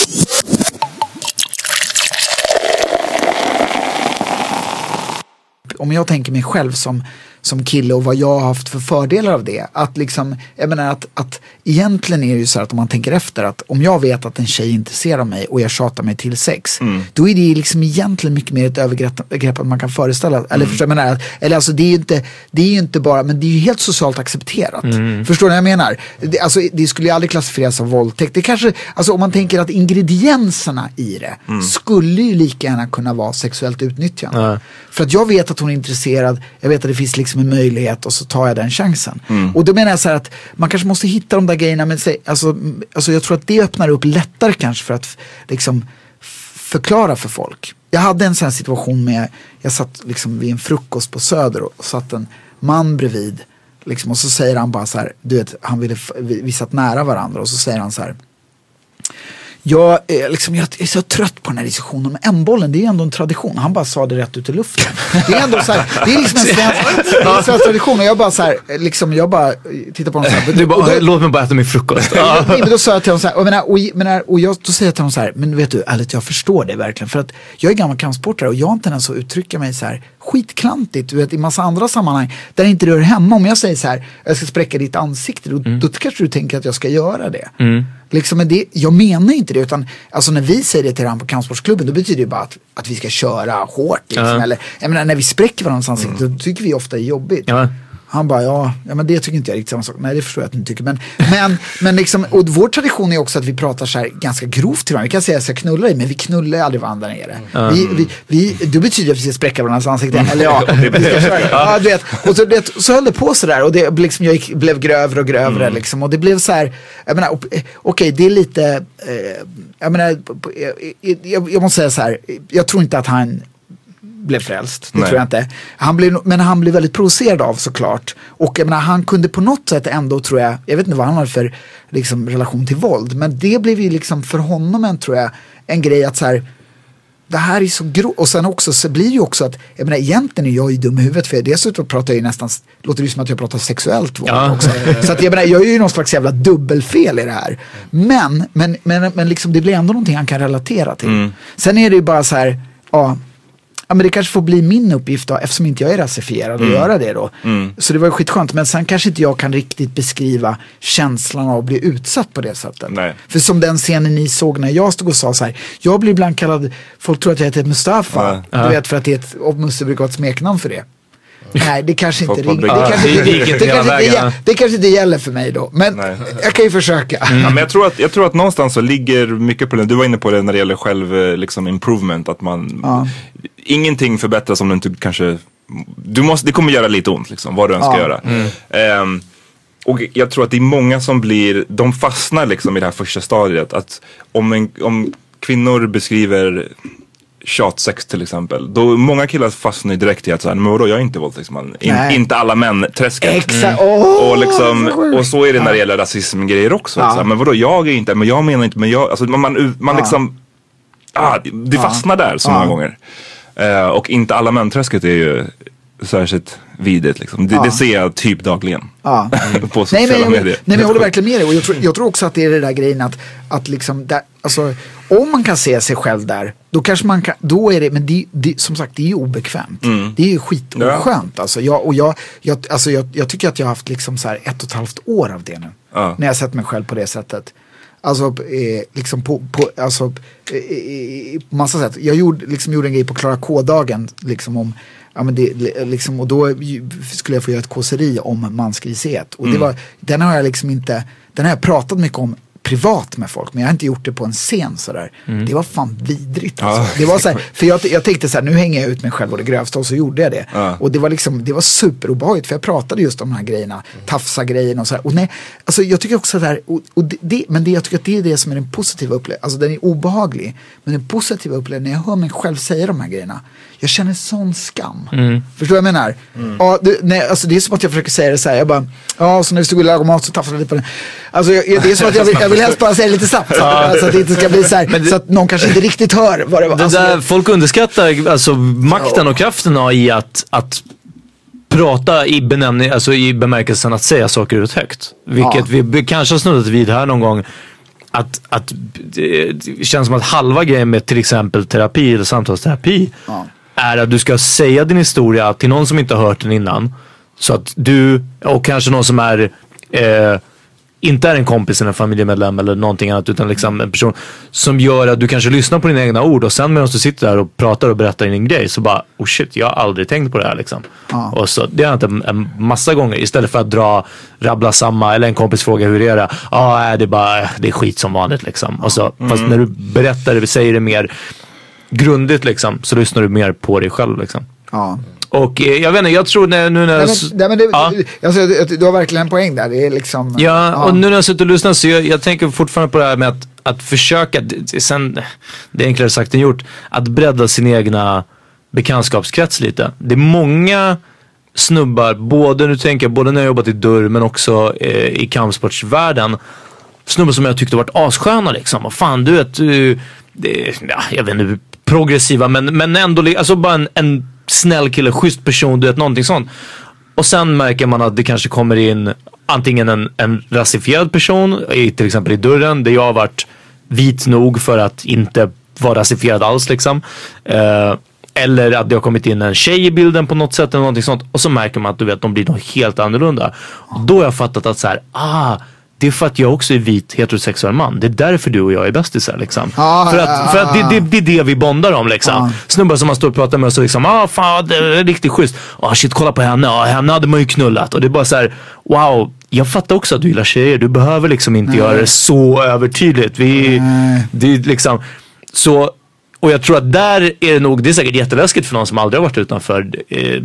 Om jag tänker mig själv som, som kille och vad jag har haft för fördelar av det. Att liksom, jag menar att, att egentligen är det ju så att om man tänker efter, att om jag vet att en tjej är intresserad av mig och jag tjatar mig till sex, mm. då är det liksom egentligen mycket mer ett övergrepp att man kan föreställa. Mm. Eller förstår jag menar? Eller alltså det är ju inte, det är ju inte bara, men det är ju helt socialt accepterat. Mm. Förstår du vad jag menar? Det, alltså det skulle ju aldrig klassificeras som våldtäkt. Det kanske, alltså om man tänker att ingredienserna i det mm. skulle ju lika gärna kunna vara sexuellt utnyttjande. Mm. För att jag vet att hon är intresserad, jag vet att det finns liksom en möjlighet, och så tar jag den chansen. Mm. Och då menar jag så här att man kanske måste hitta de där grejerna, men alltså, alltså jag tror att det öppnar upp lättare kanske för att liksom förklara för folk. Jag hade en sån här situation med, jag satt liksom vid en frukost på Söder och satt en man bredvid liksom, och så säger han bara så här, du vet, han ville, vi, vi satt nära varandra, och så säger han så här: Jag, eh, liksom, jag är så trött på den här diskussionen om M-bollen. Det är ändå en tradition. Han bara sa det rätt ut i luften. Det är ändå så här, det är liksom en svensk, det är en svensk tradition. Och jag bara så här, liksom, jag bara tittar på honom så här. Du bara, då, låt mig bara äta min frukost. Ja. Men då sa jag till honom så här, och, menar, och, menar, och jag, då säger jag till honom så här, men vet du, ärligt, jag förstår det verkligen. För att jag är gammal kampsportare och jag har inte ens så uttrycka mig så här skitklantigt, du vet, i massa andra sammanhang där inte rör hemma. Om jag säger så här, jag ska spräcka ditt ansikte, då, mm. då kanske du tänker att jag ska göra det. Mm. Liksom, men det, jag menar inte det, utan alltså när vi säger det till han på kampsportsklubben, då betyder det bara att, att vi ska köra hårt liksom, uh-huh. eller jag menar, när vi spräcker varandras ansikte, mm. då tycker vi ofta det är jobbigt. Uh-huh. Han bara, ja, ja, men det tycker inte jag riktigt samma sak. Nej, det förstår jag att ni tycker. Men, men, men liksom, och vår tradition är också att vi pratar så här ganska grovt till varandra. Vi kan säga att jag ska knulla dig, men vi knullar aldrig varandra nere. Mm. Vi, vi, vi, det betyder att vi ska spräcka varandras ansikten. Eller ja, vi ska köra. Ja, du vet. Och så, det, så höll det på så där. Och det, liksom, jag gick, blev grövre och grövre. Mm. Liksom, och det blev så här, jag menar, okej, okay, det är lite, eh, jag menar, jag, jag, jag måste säga så här, jag tror inte att han blev frälst, det Nej. tror jag inte. Han blev, men han blev väldigt provocerad av, såklart. Och jag menar, han kunde på något sätt ändå, tror jag, jag vet inte vad han har för liksom, relation till våld, men det blev ju liksom för honom en, tror jag, en grej att så här, det här är så grovt. Och sen också så blir det ju också att, jag menar, egentligen är jag ju dum i huvudet, för dessutom pratar jag ju nästan, låter det som att jag pratar sexuellt våld ja. också. Så att jag menar, jag är ju någon slags jävla dubbelfel i det här. Men, men, men, men liksom, det blir ändå någonting han kan relatera till. Mm. Sen är det ju bara så här, ja, ja, men det kanske får bli min uppgift då, eftersom inte jag är rasifierad, mm. att göra det då. Mm. Så det var ju skitskönt. Men sen kanske inte jag kan riktigt beskriva känslan av att bli utsatt på det sättet. Nej. För som den scenen ni såg när jag stod och sa så här, jag blir ibland kallad, folk tror att jag heter Mustafa. Mm. Du vet, för att det är ett, och Musse brukar vara ett smeknamn för det. Nej, det kanske inte ring, det, kanske, det, det, det, kanske inte, det kanske inte gäller för mig då. Men Nej. jag kan ju försöka. Mm. Ja, men jag tror att jag tror att någonstans så ligger mycket problem. Du var inne på det när det gäller själv liksom improvement, att man ja. ingenting förbättras om du inte kanske, du måste, det kommer göra lite ont liksom, vad du än ska ja. göra. Mm. Um, och jag tror att det är många som blir, de fastnar liksom i det här första stadiet, att om en, om kvinnor beskriver tjatsex till exempel, då många killar fastnar direkt i att så här, men vadå, jag är inte våldtäktsman. In, inte alla män träsket. Exakt. Mm. Oh, och liksom, och så är det när det gäller rasismgrejer också. Ja. Så här, men vadå, jag är inte, men jag menar inte, men jag, alltså man, man, man ja. liksom ah, det fastnar ja. där så många ja. gånger. Uh, och inte alla män träsket är ju särskilt vidigt liksom. Det, ja. det ser jag typ dagligen. Ja. På sociala nej, men, medier. Nej, men jag håller verkligen med dig. Och jag tror, jag tror också att det är det där grejen att, att liksom där, alltså, om man kan se sig själv där, då kanske man kan, då är det, men det, det, som sagt, det är ju obekvämt. Mm. Det är ju skitoskönt. Ja. Alltså, jag, och jag, jag, alltså, jag, jag tycker att jag har haft liksom så här ett och ett halvt år av det nu. Ja. När jag sett mig själv på det sättet. Alltså eh, liksom på, på alltså eh, på massa sätt. Jag gjorde, liksom, gjorde en grej på Klara K-dagen liksom om ja, men det, liksom, och då skulle jag få göra ett kåseri om mansgrisighet. Och mm. det var, den har jag liksom inte, den har jag pratat mycket om privat med folk, men jag har inte gjort det på en scen sådär. Mm. Det var fan vidrigt alltså. Ja. Det var så här, för jag, jag tänkte så här, nu hänger jag ut mig själv och det grövsta, och så gjorde jag det. Ja. Och det var liksom, det var superobehagligt, för jag pratade just om de här grejerna, mm. tafsa grejerna och så här. Och nej, alltså jag tycker också där, och, och det, det, men det, jag tycker att det är det som är den positiva upplevelsen. Alltså den är obehaglig, men den positiva upplevelsen, när jag hör mig själv säga de här grejerna, jag känner sån skam. Mm. Förstår vad jag menar? Mm. Ja, det, nej, alltså det är som att jag försöker säga det så här. Jag bara, ja, så när vi stod och lagade mat så tafsade jag lite på den. Alltså jag, det är som att jag vill, jag vill helst bara säga det lite snabbt. Så, alltså, att det inte ska bli så här, det, så att någon kanske inte riktigt hör vad det var. Det alltså, där, folk underskattar alltså makten ja. och kraften i att, att prata i benämning, alltså i bemärkelsen att säga saker ut högt. Vilket ja. vi kanske har snuddat vid här någon gång. Att, att det känns som att halva grejen med till exempel terapi eller samtalsterapi ja. är att du ska säga din historia till någon som inte har hört den innan. Så att du, och kanske någon som är eh, inte är en kompis eller en familjemedlem eller någonting annat, utan liksom en person som gör att du kanske lyssnar på dina egna ord, och sen medan du sitter där och pratar och berättar din grej så bara, oh shit, jag har aldrig tänkt på det här liksom. Ja. Och så, det har jag inte en, en massa gånger, istället för att dra, rabbla samma, eller en kompis fråga hur är det? Ja, ah, det är bara, det är skit som vanligt liksom. Och så, mm. fast när du berättar det, säger det mer grundligt liksom, så lyssnar du mer på dig själv liksom. Ja. Och eh, jag vet inte, jag tror när, nu när nej, men, nej, men det, ja. alltså, du har verkligen en poäng där. Det är liksom, ja, ja, och nu när jag sitter och lyssnar så jag, jag tänker fortfarande på det här med att, att försöka, sen, det är enklare sagt än gjort, att bredda sin egna bekantskapskrets lite. Det är många snubbar, både nu tänker jag, både när jag jobbat i dörr men också eh, i kampsportsvärlden, snubbar som jag tyckte varit assköna liksom. Och fan, du vet, du, det, ja, jag vet inte, progressiva, men, men ändå, alltså bara en, en snäll kille, schysst person, du vet, någonting sånt. Och sen märker man att det kanske kommer in antingen en, en rasifierad person, i, till exempel i dörren, där jag har varit vit nog för att inte vara rasifierad alls liksom. Eh, eller att det har kommit in en tjej i bilden på något sätt eller någonting sånt. Och så märker man att du vet, de blir nog helt annorlunda. Och då har jag fattat att så här, ah, det är för att jag också är vit heterosexuell man. Det är därför du och jag är bästisar liksom. Ah, för att, för att det, det, det är det vi bondar om liksom. Ah. Snubbar som man står och pratar med och så liksom, ah fan, det är riktigt schysst. Ah shit, kolla på henne. Ah, henne hade man ju knullat. Och det är bara så här, wow, jag fattar också att du gillar tjejer. Du behöver liksom inte Nej. göra det så övertydligt. Vi, det är liksom, så, och jag tror att där är det nog, det är säkert jätteläskigt för någon som aldrig har varit utanför eh,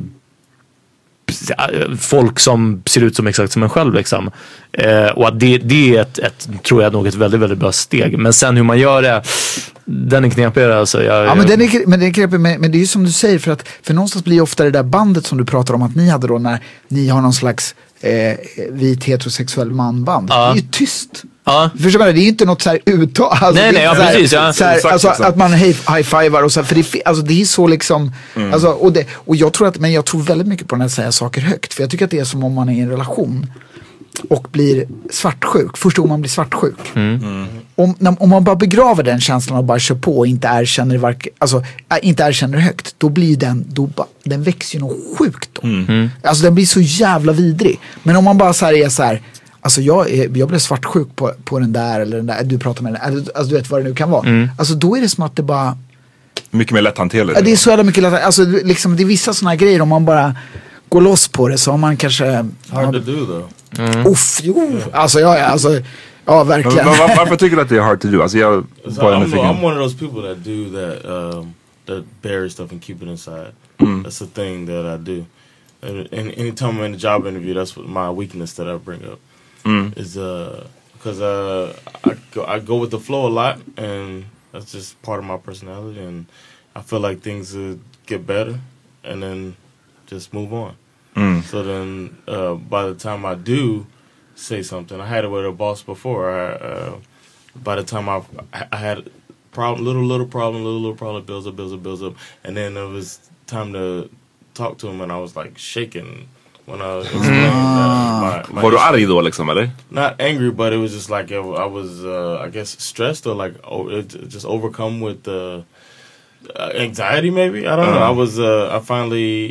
folk som ser ut som exakt som en själv liksom. Eh, och att det, det är ett, ett, tror jag nog ett väldigt, väldigt bra steg. Men sen hur man gör det, den är knepigare alltså. Jag, ja, men den är, men den är knepig, men, men det är ju som du säger, för att för någonstans blir ofta det där bandet som du pratar om att ni hade då, när ni har någon slags eh, vit heterosexuell manband. Ja. Det är ju tyst. Ja. Förstår man, det är ju inte något så här uttal. Alltså, nej, nej, ja, här, precis. Ja. Så här, alltså, att man high-fivar och så här, för det, alltså, det är så liksom, mm. alltså, och, det, och jag tror att, men jag tror väldigt mycket på när jag säger saker högt, för jag tycker att det är som om man är i en relation och blir svartsjuk, första gången man blir svartsjuk. Mm. Mm. Om, när, om man bara begraver den känslan och bara kör på och inte erkänner vark, alltså, äh, inte erkänner högt, då blir den, då ba, den växer ju något sjukt då. Mm. Alltså den blir så jävla vidrig. Men om man bara så här är så här, alltså jag, är, jag blev svartsjuk på, på den där eller den där, du pratar med den, alltså du vet vad det nu kan vara. Mm. Alltså då är det som att det bara... Mycket mer lätthanterligt. Ja, det är så jävla mycket lätthanterligt. Alltså liksom, det är vissa sådana grejer, om man bara går loss på det så har man kanske... Hard to do though. Mm. Uff, jo. Alltså ja, ja, alltså, ja verkligen. Men, var, varför tycker du att det är hard to do? Alltså jag... So I'm, I'm one of those people that do that, um, that bury stuff and keep it inside. Mm. That's a thing that I do. And anytime I'm in a job interview, that's what my weakness that I bring up. Mm. Is uh because uh I go I go with the flow a lot, and that's just part of my personality, and I feel like things would get better and then just move on. Mm. So then uh by the time I do say something, I had it with a boss before. I, uh, by the time I I had problem, little little problem, little little problem builds up, builds up, builds up, and then it was time to talk to him, and I was like shaking. When I explained ah. that my, my var du arg då liksom, eller? Not angry, but it was just like I was, uh, I guess, stressed or like oh, it, just overcome with uh, anxiety, maybe. I don't uh. know. I was, uh, I finally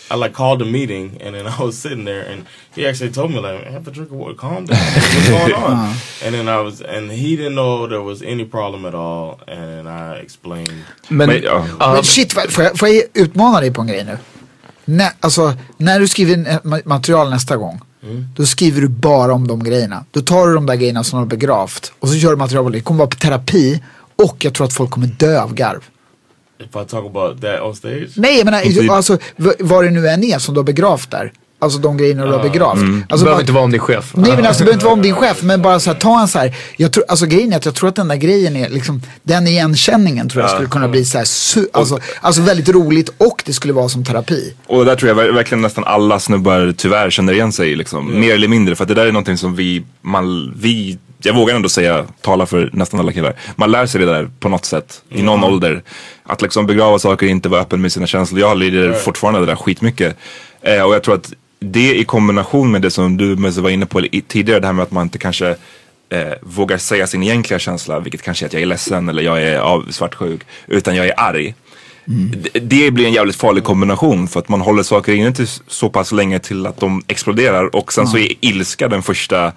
I like called a meeting, and then I was sitting there, and he actually told me like, "Have a drink of water, calm down, what's going on?" uh-huh. And then I was, and he didn't know there was any problem at all, and I explained. Men, men, uh, men shit, får jag, får jag utmana dig på en grej nu? Nä, alltså, när du skriver material nästa gång, mm. då skriver du bara om de grejerna. Då tar du de där grejerna som du har begravt, och så kör du material. Det kommer vara på terapi, och jag tror att folk kommer dö av garv. If I talk about that on stage? Nej, jag menar, alltså, vad det nu än är som du har begravt där. Alltså de grejerna du har begravt. Mm. Alltså, behöver inte vara om din chef. Nej, men alltså, det behöver inte vara om din chef. Men bara så här, ta en så här. Jag tror, alltså grejen är att jag tror att den där grejen är liksom, den igenkänningen tror jag skulle kunna bli så här, su- alltså, alltså väldigt roligt, och det skulle vara som terapi. Och där tror jag verkligen nästan alla snubbar tyvärr känner igen sig liksom, mm. mer eller mindre. För att det där är någonting som vi, man, vi jag vågar ändå säga, tala för nästan alla killar. Man lär sig det där på något sätt, i någon mm. ålder. Att liksom begrava saker och inte vara öppen med sina känslor. Jag lider right. fortfarande det där skitmycket. Eh, och jag tror att det i kombination med det som du var inne på tidigare, det här med att man inte kanske eh, vågar säga sin egentliga känsla, vilket kanske är att jag är ledsen eller jag är av svartsjuk, utan jag är arg. Mm. Det, det blir en jävligt farlig kombination, för att man håller saker inne till så pass länge till att de exploderar, och sen mm. så är ilska den första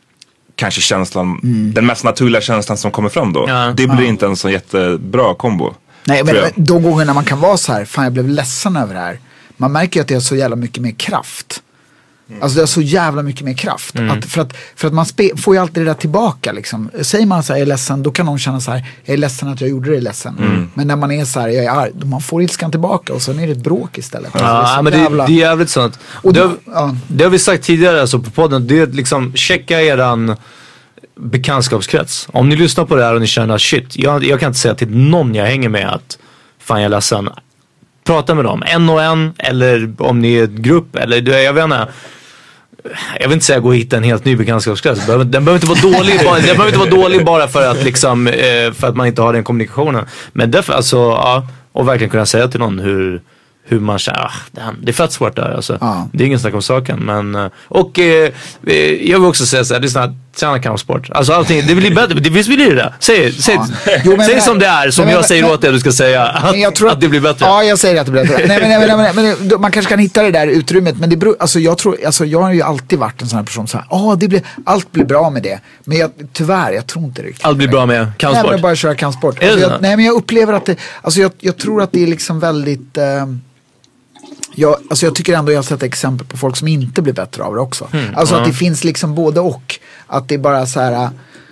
kanske känslan, mm. den mest naturliga känslan som kommer fram då. Ja. Det blir ja. inte en så jättebra kombo. Nej, men de gångerna man kan vara så här, fan jag blev ledsen över det här. Man märker att det är så jävla mycket mer kraft. Mm. Alltså det är så jävla mycket mer kraft. Mm. Att för, att, för att man spe, får ju alltid det där tillbaka liksom. Säger man så här, jag är ledsen, då kan någon känna så här, jag är ledsen att jag gjorde det ledsen. Mm. Men när man är så här, jag är arg, då man får ilskan tillbaka, och sen är det ett bråk istället. Ja, alltså, det men det, jävla... det är jävligt sånt. Och det, har, ja. det har vi sagt tidigare alltså, på podden, det är liksom, checka eran bekantskapskrets. Om ni lyssnar på det här och ni känner shit, jag, jag kan inte säga till någon jag hänger med att fan jag är ledsen. Prata med dem, en och en, eller om ni är ett grupp, eller jag vet inte. Jag vill inte säga gå och hitta en helt ny bekantskapskrets. Den behöver inte vara dålig bara, den behöver inte vara dålig bara för att liksom, för att man inte har den kommunikationen. Men därför alltså, ja, och verkligen kunna säga till någon hur hur man känner, ah, det är fett svårt där alltså. Ja. Det är ingen snack om saken, men och eh, jag vill också säga så här, det är sådana träna kampsport. Alltså allting, det blir bättre, det visst blir det där. Säg, säg, ja. jo, men, säg som det är, som men, jag men, säger men, åt dig du ska säga att, jag tror att, att det blir bättre. Ja, jag säger att det blir bättre. nej, men, nej, men, nej, men, man kanske kan hitta det där utrymmet, men det beror, alltså jag tror, alltså jag har ju alltid varit en sån här person så här, ja, det blir, allt blir bra med det. Men jag, tyvärr, jag tror inte riktigt. Allt blir bra med kampsport? Nej, men bara köra kampsport. Alltså, jag, nej, men jag upplever att det, alltså jag, jag tror att det är liksom väldigt... Eh, Jag, alltså jag tycker ändå jag har sett exempel på folk som inte blir bättre av det också. Mm. Alltså mm. att det finns liksom både och. Att det är bara så här,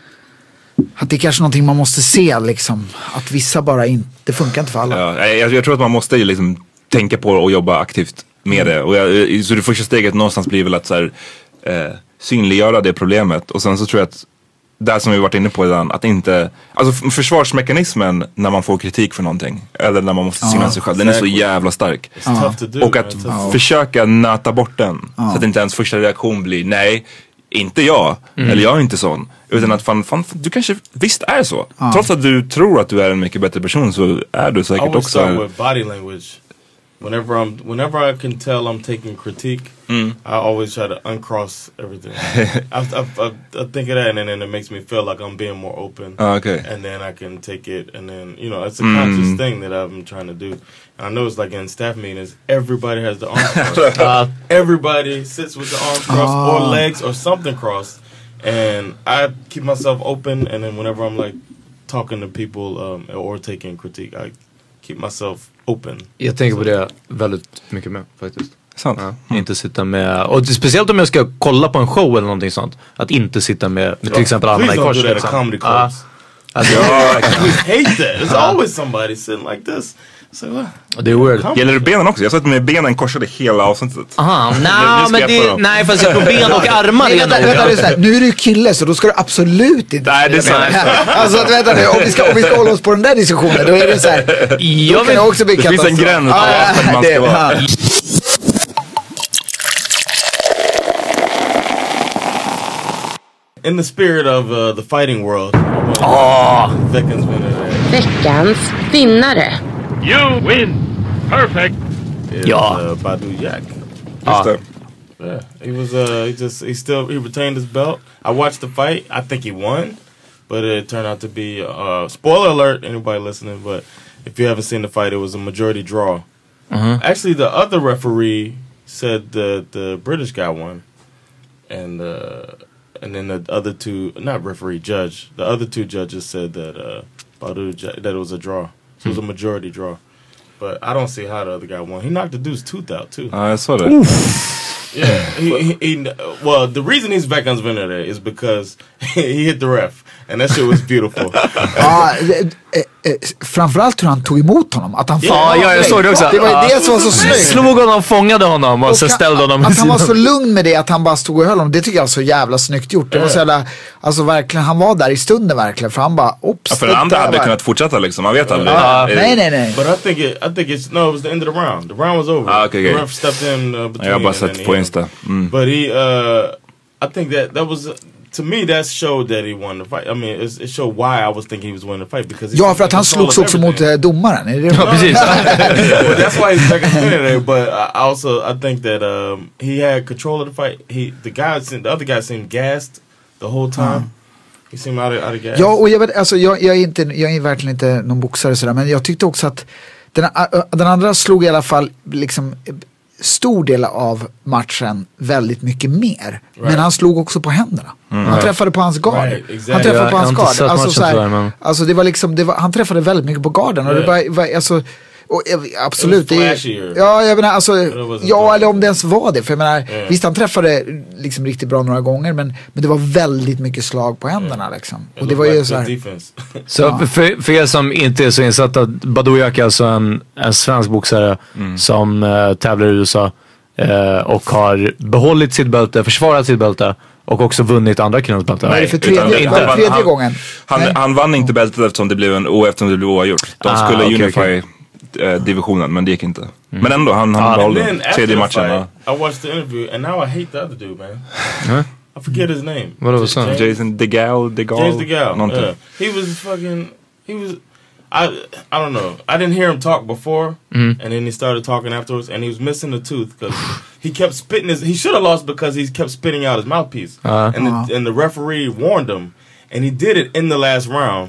att det är kanske någonting man måste se liksom. Att vissa bara inte, det funkar inte för alla. Ja, jag, jag tror att man måste ju liksom tänka på och jobba aktivt med mm. det. Och jag, så det första steget någonstans blir väl att så här, eh, synliggöra det problemet. Och sen så tror jag att där som vi varit inne på redan, att inte, alltså försvarsmekanismen när man får kritik för någonting, eller när man måste syna ah, sig själv, den är så jävla stark. Ah. Och att ah. försöka nöta bort den, ah. så att inte ens första reaktion blir nej, inte jag, mm. eller jag är inte sån, utan att fan, fan du kanske visst är så. Ah. Trots att du tror att du är en mycket bättre person, så är du säkert också. I with body language. Whenever I'm, whenever I can tell I'm taking critique, mm. I always try to uncross everything. I, I, I, I think of that, and then, and it makes me feel like I'm being more open. Oh, okay. And then I can take it, and then you know it's a mm. conscious thing that I've been trying to do. And I know it's like in staff meetings, everybody has the arms crossed. uh, everybody sits with the arms crossed, oh. or legs, or something crossed. And I keep myself open, and then whenever I'm like talking to people um, or taking critique, I keep myself open. Jag tänker på det väldigt mycket med faktiskt. Sant. Ja, mm. Inte sitta med, och speciellt om jag ska kolla på en show eller någonting sånt, att inte sitta med, med till exempel armarna i kors. Please don't do that at comedy clubs. Alltså, I hate that. There's always somebody sitting like this. So, uh, det är weird. Gäller det benen också? Jag satt med benen korsade hela avsnittet. Aha, no, men det, nej, fast jag tror ben och armar är vänta, vänta, vänta, nu är du kille, så då ska du absolut inte. Nej, det är sant. Alltså att, vänta nu, om vi, ska, om vi ska hålla oss på den där diskussionen, då är det så här. Jag kan jag också bli det finns en gräns på vad man ska vara. In the spirit of uh, the fighting world. Oh. Veckans vinnare. Veckans vinnare. You win. Perfect. Is, ja. Uh, Badu Jack. Just uh, yeah. He was uh he just he still he retained his belt. I watched the fight. I think he won, but it turned out to be uh spoiler alert anybody listening, but if you haven't seen the fight, it was a majority draw. Uh-huh. Actually, the other referee said that the British guy won, and uh, and then the other two, not referee, judge, the other two judges said that uh, Badou Jack, that it was a draw. So it was a majority draw. But I don't see how the other guy won. He knocked the dude's tooth out too. Ja, jag såg det. Yeah, he, he, he, well, the reason he's veckans vinnare is because he hit the ref. And that shit was beautiful. Ja, eh, eh, framförallt hur han tog emot honom. Att han ja, ja, jag såg det också. Det var ju det som var så snyggt. Slog honom, fångade honom och, och så ställde honom. Att han var så lugn med det, att han bara stod och höll honom. Det tycker jag var så jävla snyggt gjort. Det var så jävla, alltså verkligen, han var där i stunden verkligen. För han bara, ops. Ja, för den andra hade kunnat fortsätta liksom, man vet aldrig. Ja, nej, nej, nej. But I think, it, I think it's, no, it was the end of the round. The round was over. Ah, okay, okay. The ref stepped in uh, between. Jag har bara sett på Insta. Mm. But he, uh, I think that, that was... To me, that showed that he won the fight. I mean, it, it showed why I was thinking he was winning the fight. Because ja, för att han slogs också mot uh, domaren. Är det ja, precis. Well, that's why he's second there. But I also, I think that um, he had control of the fight. He, the guy, the other guy seemed gassed the whole time. Mm. He seemed out of, out of gas. Ja, och jag vet, alltså, jag, jag, är inte, jag är verkligen inte någon boxare sådär, men jag tyckte också att den, den andra slog i alla fall liksom stor del av matchen väldigt mycket mer. Right. Men han slog också på händerna. Mm. Han träffade på hans gard. Right, exactly. Han träffade ja, på hans gard. Alltså, så här, men... alltså det var liksom, det var, han träffade väldigt mycket på garden. Och yeah. det var, var alltså, och, absolut. Det är, ja, jag menar, alltså, ja, eller om det ens var det. För jag menar, yeah. visst han träffade liksom riktigt bra några gånger. Men, men det var väldigt mycket slag på händerna yeah. liksom. Och det var ju så här. Så ja. för, för er som inte är så insatta, Badou Jack är alltså en, en svensk boxare mm. som uh, tävlar i U S A. Uh, och har behållit sitt bälte, försvarat sitt bälte och också vunnit andra kvinnors bälte. Nej, för tredje, utan, utan, tredje han, gången. Han, han, han vann inte bältet eftersom det blev en o eftersom det blev oavgjort. De ah, skulle okay, unify okay. Uh, divisionen, men det gick inte. Mm. Men ändå, han, han ah, behållde tredje matchen. I watched the interview and now I hate the other dude, man. Huh? I forget his name. What was that? Jason DeGale, DeGale. James DeGale. Yeah. He was fucking, he was... I I don't know. I didn't hear him talk before, mm. and then he started talking afterwards, and he was missing a tooth because he kept spitting his. He should have lost because he kept spitting out his mouthpiece, uh, and uh. the, and the referee warned him, and he did it in the last round,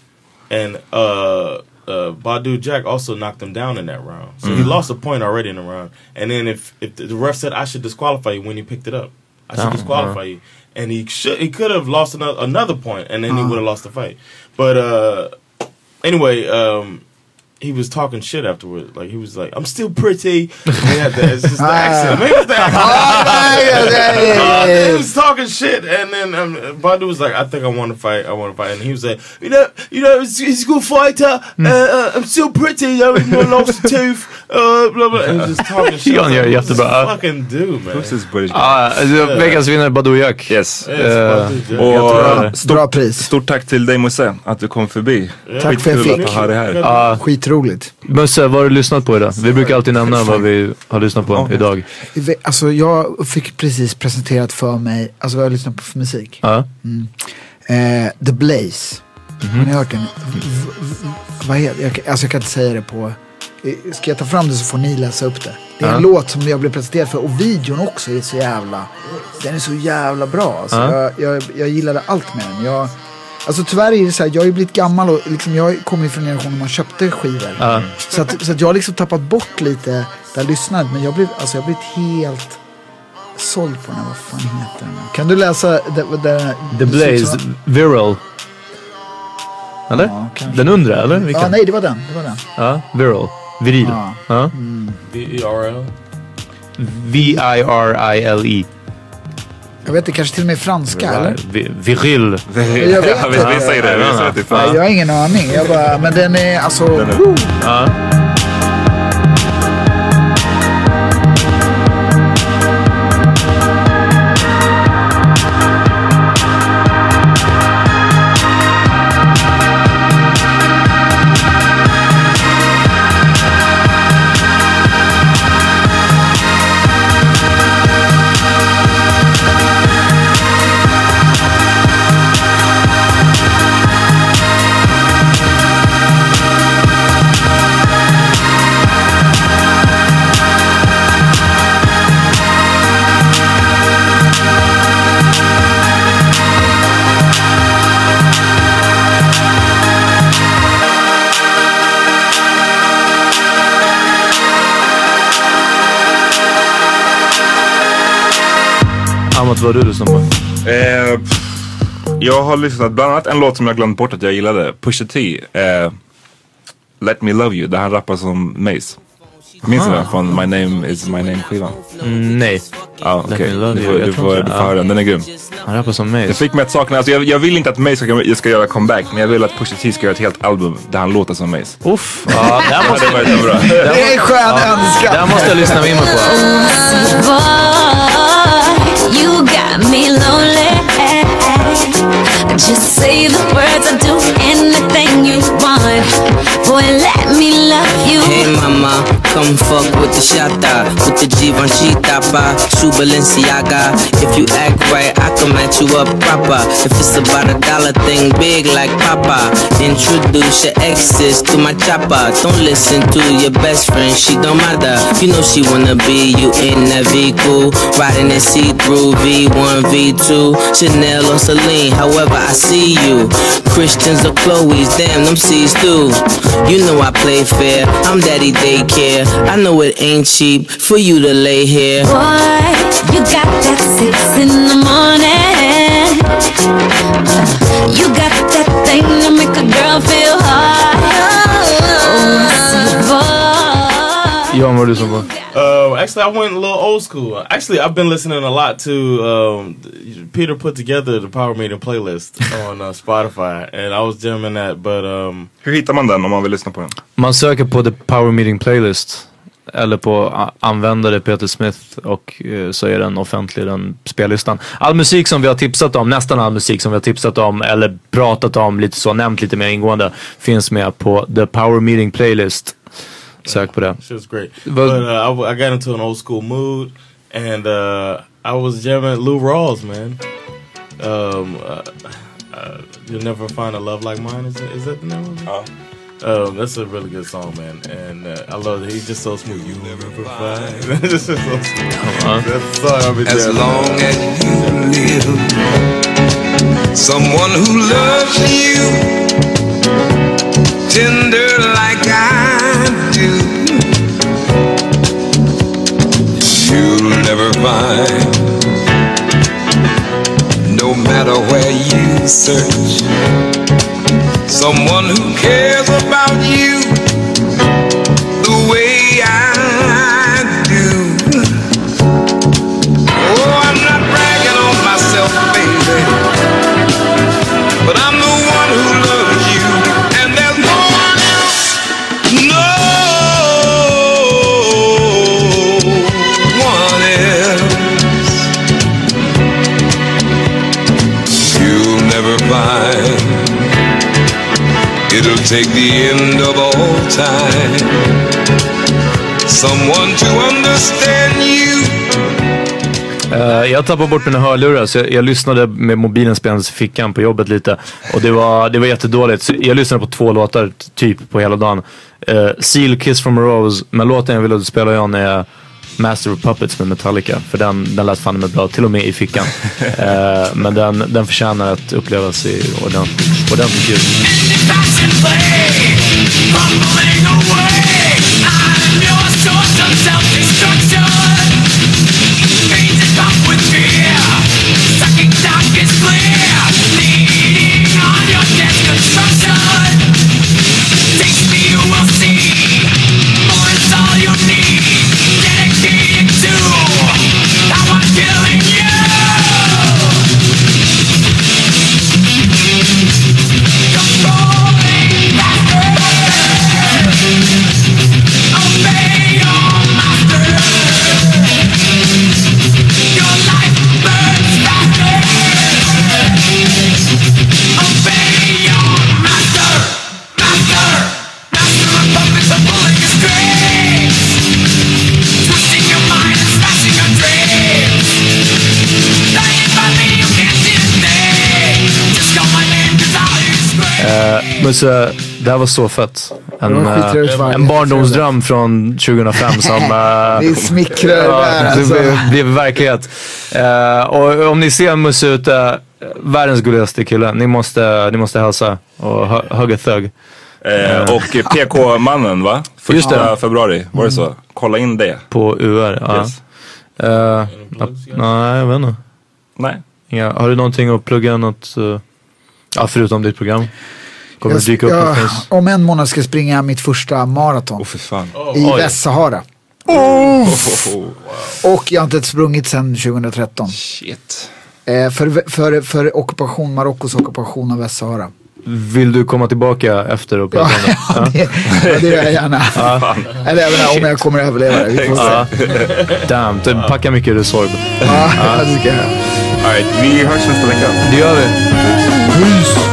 and uh, uh, Badou Jack also knocked him down in that round, so mm. he lost a point already in the round, and then if if the ref said I should disqualify you when he picked it up, I should oh, disqualify uh. you, and he should he could have lost another another point, and then uh. he would have lost the fight, but. uh Anyway, um, he was talking shit afterwards. Like, he was like, I'm still pretty. He had the, it's just the accent. Maybe it's the accent. uh, he was talking shit. And then um, Badou was like, I think I want to fight. I want to fight. And he was like, you know, you know, he's, he's a good fighter. Uh, uh, I'm still pretty. I lost a tooth. Uh, blah, blah. And he was just talking shit. Han gör jättebra. Fucking do, man. Who's this British guy? Ah, uh, veckans vinnare Badou Jack. Yes. yes uh, och stort, bra pris. Stort tack till dig, Musse, att du kom förbi. Yeah. Tack för att jag fick. Ha det här. Uh, Skitroligt. Musse, vad har du lyssnat på idag? Vi brukar alltid nämna vad vi har lyssnat på okay. idag. Alltså, jag fick precis presenterat för mig, alltså vad jag har lyssnat på för musik. Uh. Mm. Uh, The Blaze. Mm-hmm. Har ni hört den? Vad heter jag, alltså jag kan inte säga det på... Ska jag ta fram det så får ni läsa upp det. Det är en uh. låt som jag blev presenterad för. Och videon också är så jävla... Den är så jävla bra. Alltså, uh. jag, jag, jag gillade allt med den. Jag... Alltså tyvärr är det så här, jag har ju blivit gammal och liksom, jag kommer från en generation när man köpte skivor. Uh. Så, att, så att jag har liksom tappat bort lite där lyssnandet. Men jag har blivit, alltså jag har blivit helt såld på den. Vad fan heter den? Kan du läsa the, the, the Blaze, Viral? Eller? Ja, den undrar, eller? Vilken? Ja, nej, det var den. Det var den. Ja, Viral. Viril. Ja. Ja. Mm. V I R L V I R I L E Jag vet inte, kanske till och med franska, eller? Viril. Jag vet ja, vi, vi säger det. Vi säger det. Nej, jag har ingen aning. Jag bara, men den är alltså... Den är... Ja. Amat, vad har du lyssnat på? Eh, jag har lyssnat bland annat en låt som jag glömt bort att jag gillade. Pusha T. Eh, Let Me Love You. Där han rappar som Mace. Minns du den från My Name Is My Name skivan? Mm, nej. Ja, okej. Okay. Du får, du får, du får höra den. Den är grym. Han rappar som Mace. Det fick mig att sakna. Alltså jag, jag vill inte att Mace ska, jag ska göra comeback. Men jag vill att Pusha T ska göra ett helt album där han låter som Mace. Uff. Ja, det måste det var bra. Det är en skön önskan. Det här måste jag lyssna in på. You got me lonely. Just say the words, I'll do anything you want. Boy, let me love you. Hey mama, come fuck with the shata, with the Givenchy tapa, shoe Balenciaga. If you act right, I can match you up proper. If it's about a dollar thing, big like Papa. Introduce your exes to my chopper. Don't listen to your best friend, she don't matter. You know she wanna be you in that vehicle, riding that see-through V one, V two, Chanel or Celine. However, I see you. Christians or Chloe's, damn, them C's too. You know I play fair, I'm daddy daycare. I know it ain't cheap for you to lay here. Boy, you got that six in the morning. You got that thing to make a girl feel high. Oh, Johan, vad är du som var? Uh, actually, I went a little old school. Actually, I've been listening a lot to um, Peter put together the Power Meeting playlist on uh, Spotify, and I was jamming that. But um, hur hittar man den om man vill lyssna på den? Man söker på The Power Meeting playlist eller på användare Peter Smith och uh, så är den offentlig, den spellistan. All musik som vi har tipsat om, nästan all musik som vi har tipsat om eller pratat om lite så, nämnt lite mer ingående, finns med på The Power Meeting playlist. Sök på det. Shit's great. But uh, I, I got into an old school mood, and uh, I was jamming Lou Rawls, man. Um, uh, uh, You'll Never Find a Love Like Mine. Is, it, is that the name of it? Oh. Um, that's a really good song, man, and uh, I love it. He's just so smooth. You never find. Just so smooth. Uh-huh. That's the song I've been as jamming. long as you live, someone who loves you tender like I do, you'll never find, no matter where you search, someone who cares about you the way I do. Oh, I'm not bragging on myself, baby, but I'm the one who loves you, and there's no one else, no one else. You'll never find, it'll take the end of all time, someone to understand you. Uh, jag tappade bort mina hörlurar så jag, jag lyssnade med mobilen spelandes i fickan på jobbet lite och det var, det var jättedåligt, så jag lyssnade på två låtar typ på hela dagen. uh, Seal, Kiss from a Rose, men låten jag ville spela John är Master of Puppets med Metallica, för den, den lät fan med bra, till och med i fickan. uh, men den, den förtjänar att upplevas i ordentligt, ordentligt ljud. Musse, det här var så fett. En, uh, en barndomsdröm från tjugohundrafem som uh, det smickrar ja, alltså. det blev verklighet. Uh, och om ni ser Musse ute, uh, världens gulligaste kille, ni måste, ni måste hälsa och hugga thug. Uh, och P K-mannen, va? Första februari, var det så? Kolla in det. På U R, ja. Yes. Uh, nej, jag vet inte. Nej. Inga, har du någonting att plugga något, uh, ja, förutom ditt program? Kommer jag, det dyka upp jag, finns... Om en månad ska jag springa mitt första maraton. Oh, för fan. I oh, Västsahara. Oh. Oh, oh, oh. Och jag har inte sprungit sedan tjugohundratretton. Shit. Eh, för, för, för ockupation, Marockos ockupation av Västsahara. Vill du komma tillbaka efter och prata ja, om det? Ja, det, det gör jag gärna. Ja. Eller även om jag kommer att överleva det. Vi får ja. Damn, du packar mycket Resorb. Ja, ja, det ska jag göra. All right, vi hörs nästa vecka. Det gör vi. Peace.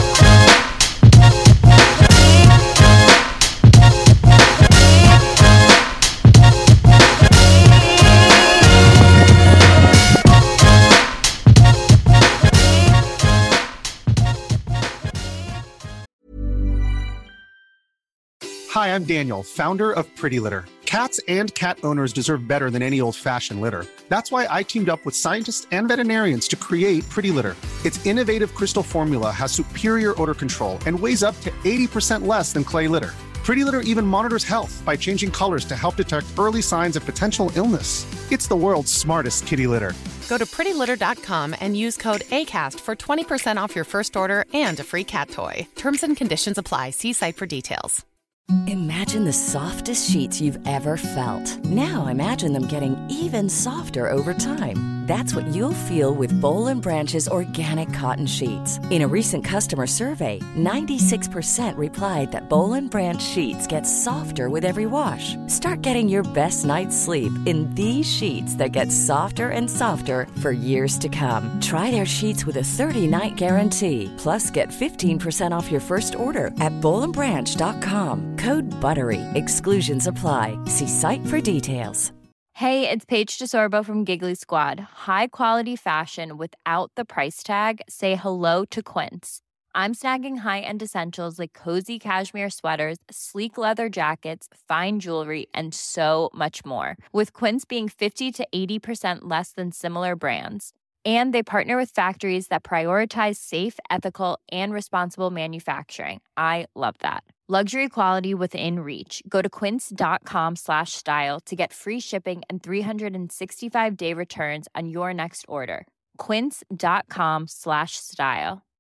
Hi, I'm Daniel, founder of Pretty Litter. Cats and cat owners deserve better than any old-fashioned litter. That's why I teamed up with scientists and veterinarians to create Pretty Litter. Its innovative crystal formula has superior odor control and weighs up to eighty percent less than clay litter. Pretty Litter even monitors health by changing colors to help detect early signs of potential illness. It's the world's smartest kitty litter. Go to pretty litter dot com and use code ACAST for twenty percent off your first order and a free cat toy. Terms and conditions apply. See site for details. Imagine the softest sheets you've ever felt. Now imagine them getting even softer over time. That's what you'll feel with Boll and Branch's organic cotton sheets. In a recent customer survey, ninety-six percent replied that Boll and Branch sheets get softer with every wash. Start getting your best night's sleep in these sheets that get softer and softer for years to come. Try their sheets with a thirty-night guarantee. Plus, get fifteen percent off your first order at boll and branch dot com. Code BUTTERY. Exclusions apply. See site for details. Hey, it's Paige DeSorbo from Giggly Squad. High quality fashion without the price tag. Say hello to Quince. I'm snagging high-end essentials like cozy cashmere sweaters, sleek leather jackets, fine jewelry, and so much more. With Quince being fifty to eighty percent less than similar brands. And they partner with factories that prioritize safe, ethical, and responsible manufacturing. I love that. Luxury quality within reach. Go to quince dot com slash style to get free shipping and three sixty-five day returns on your next order. quince dot com slash style.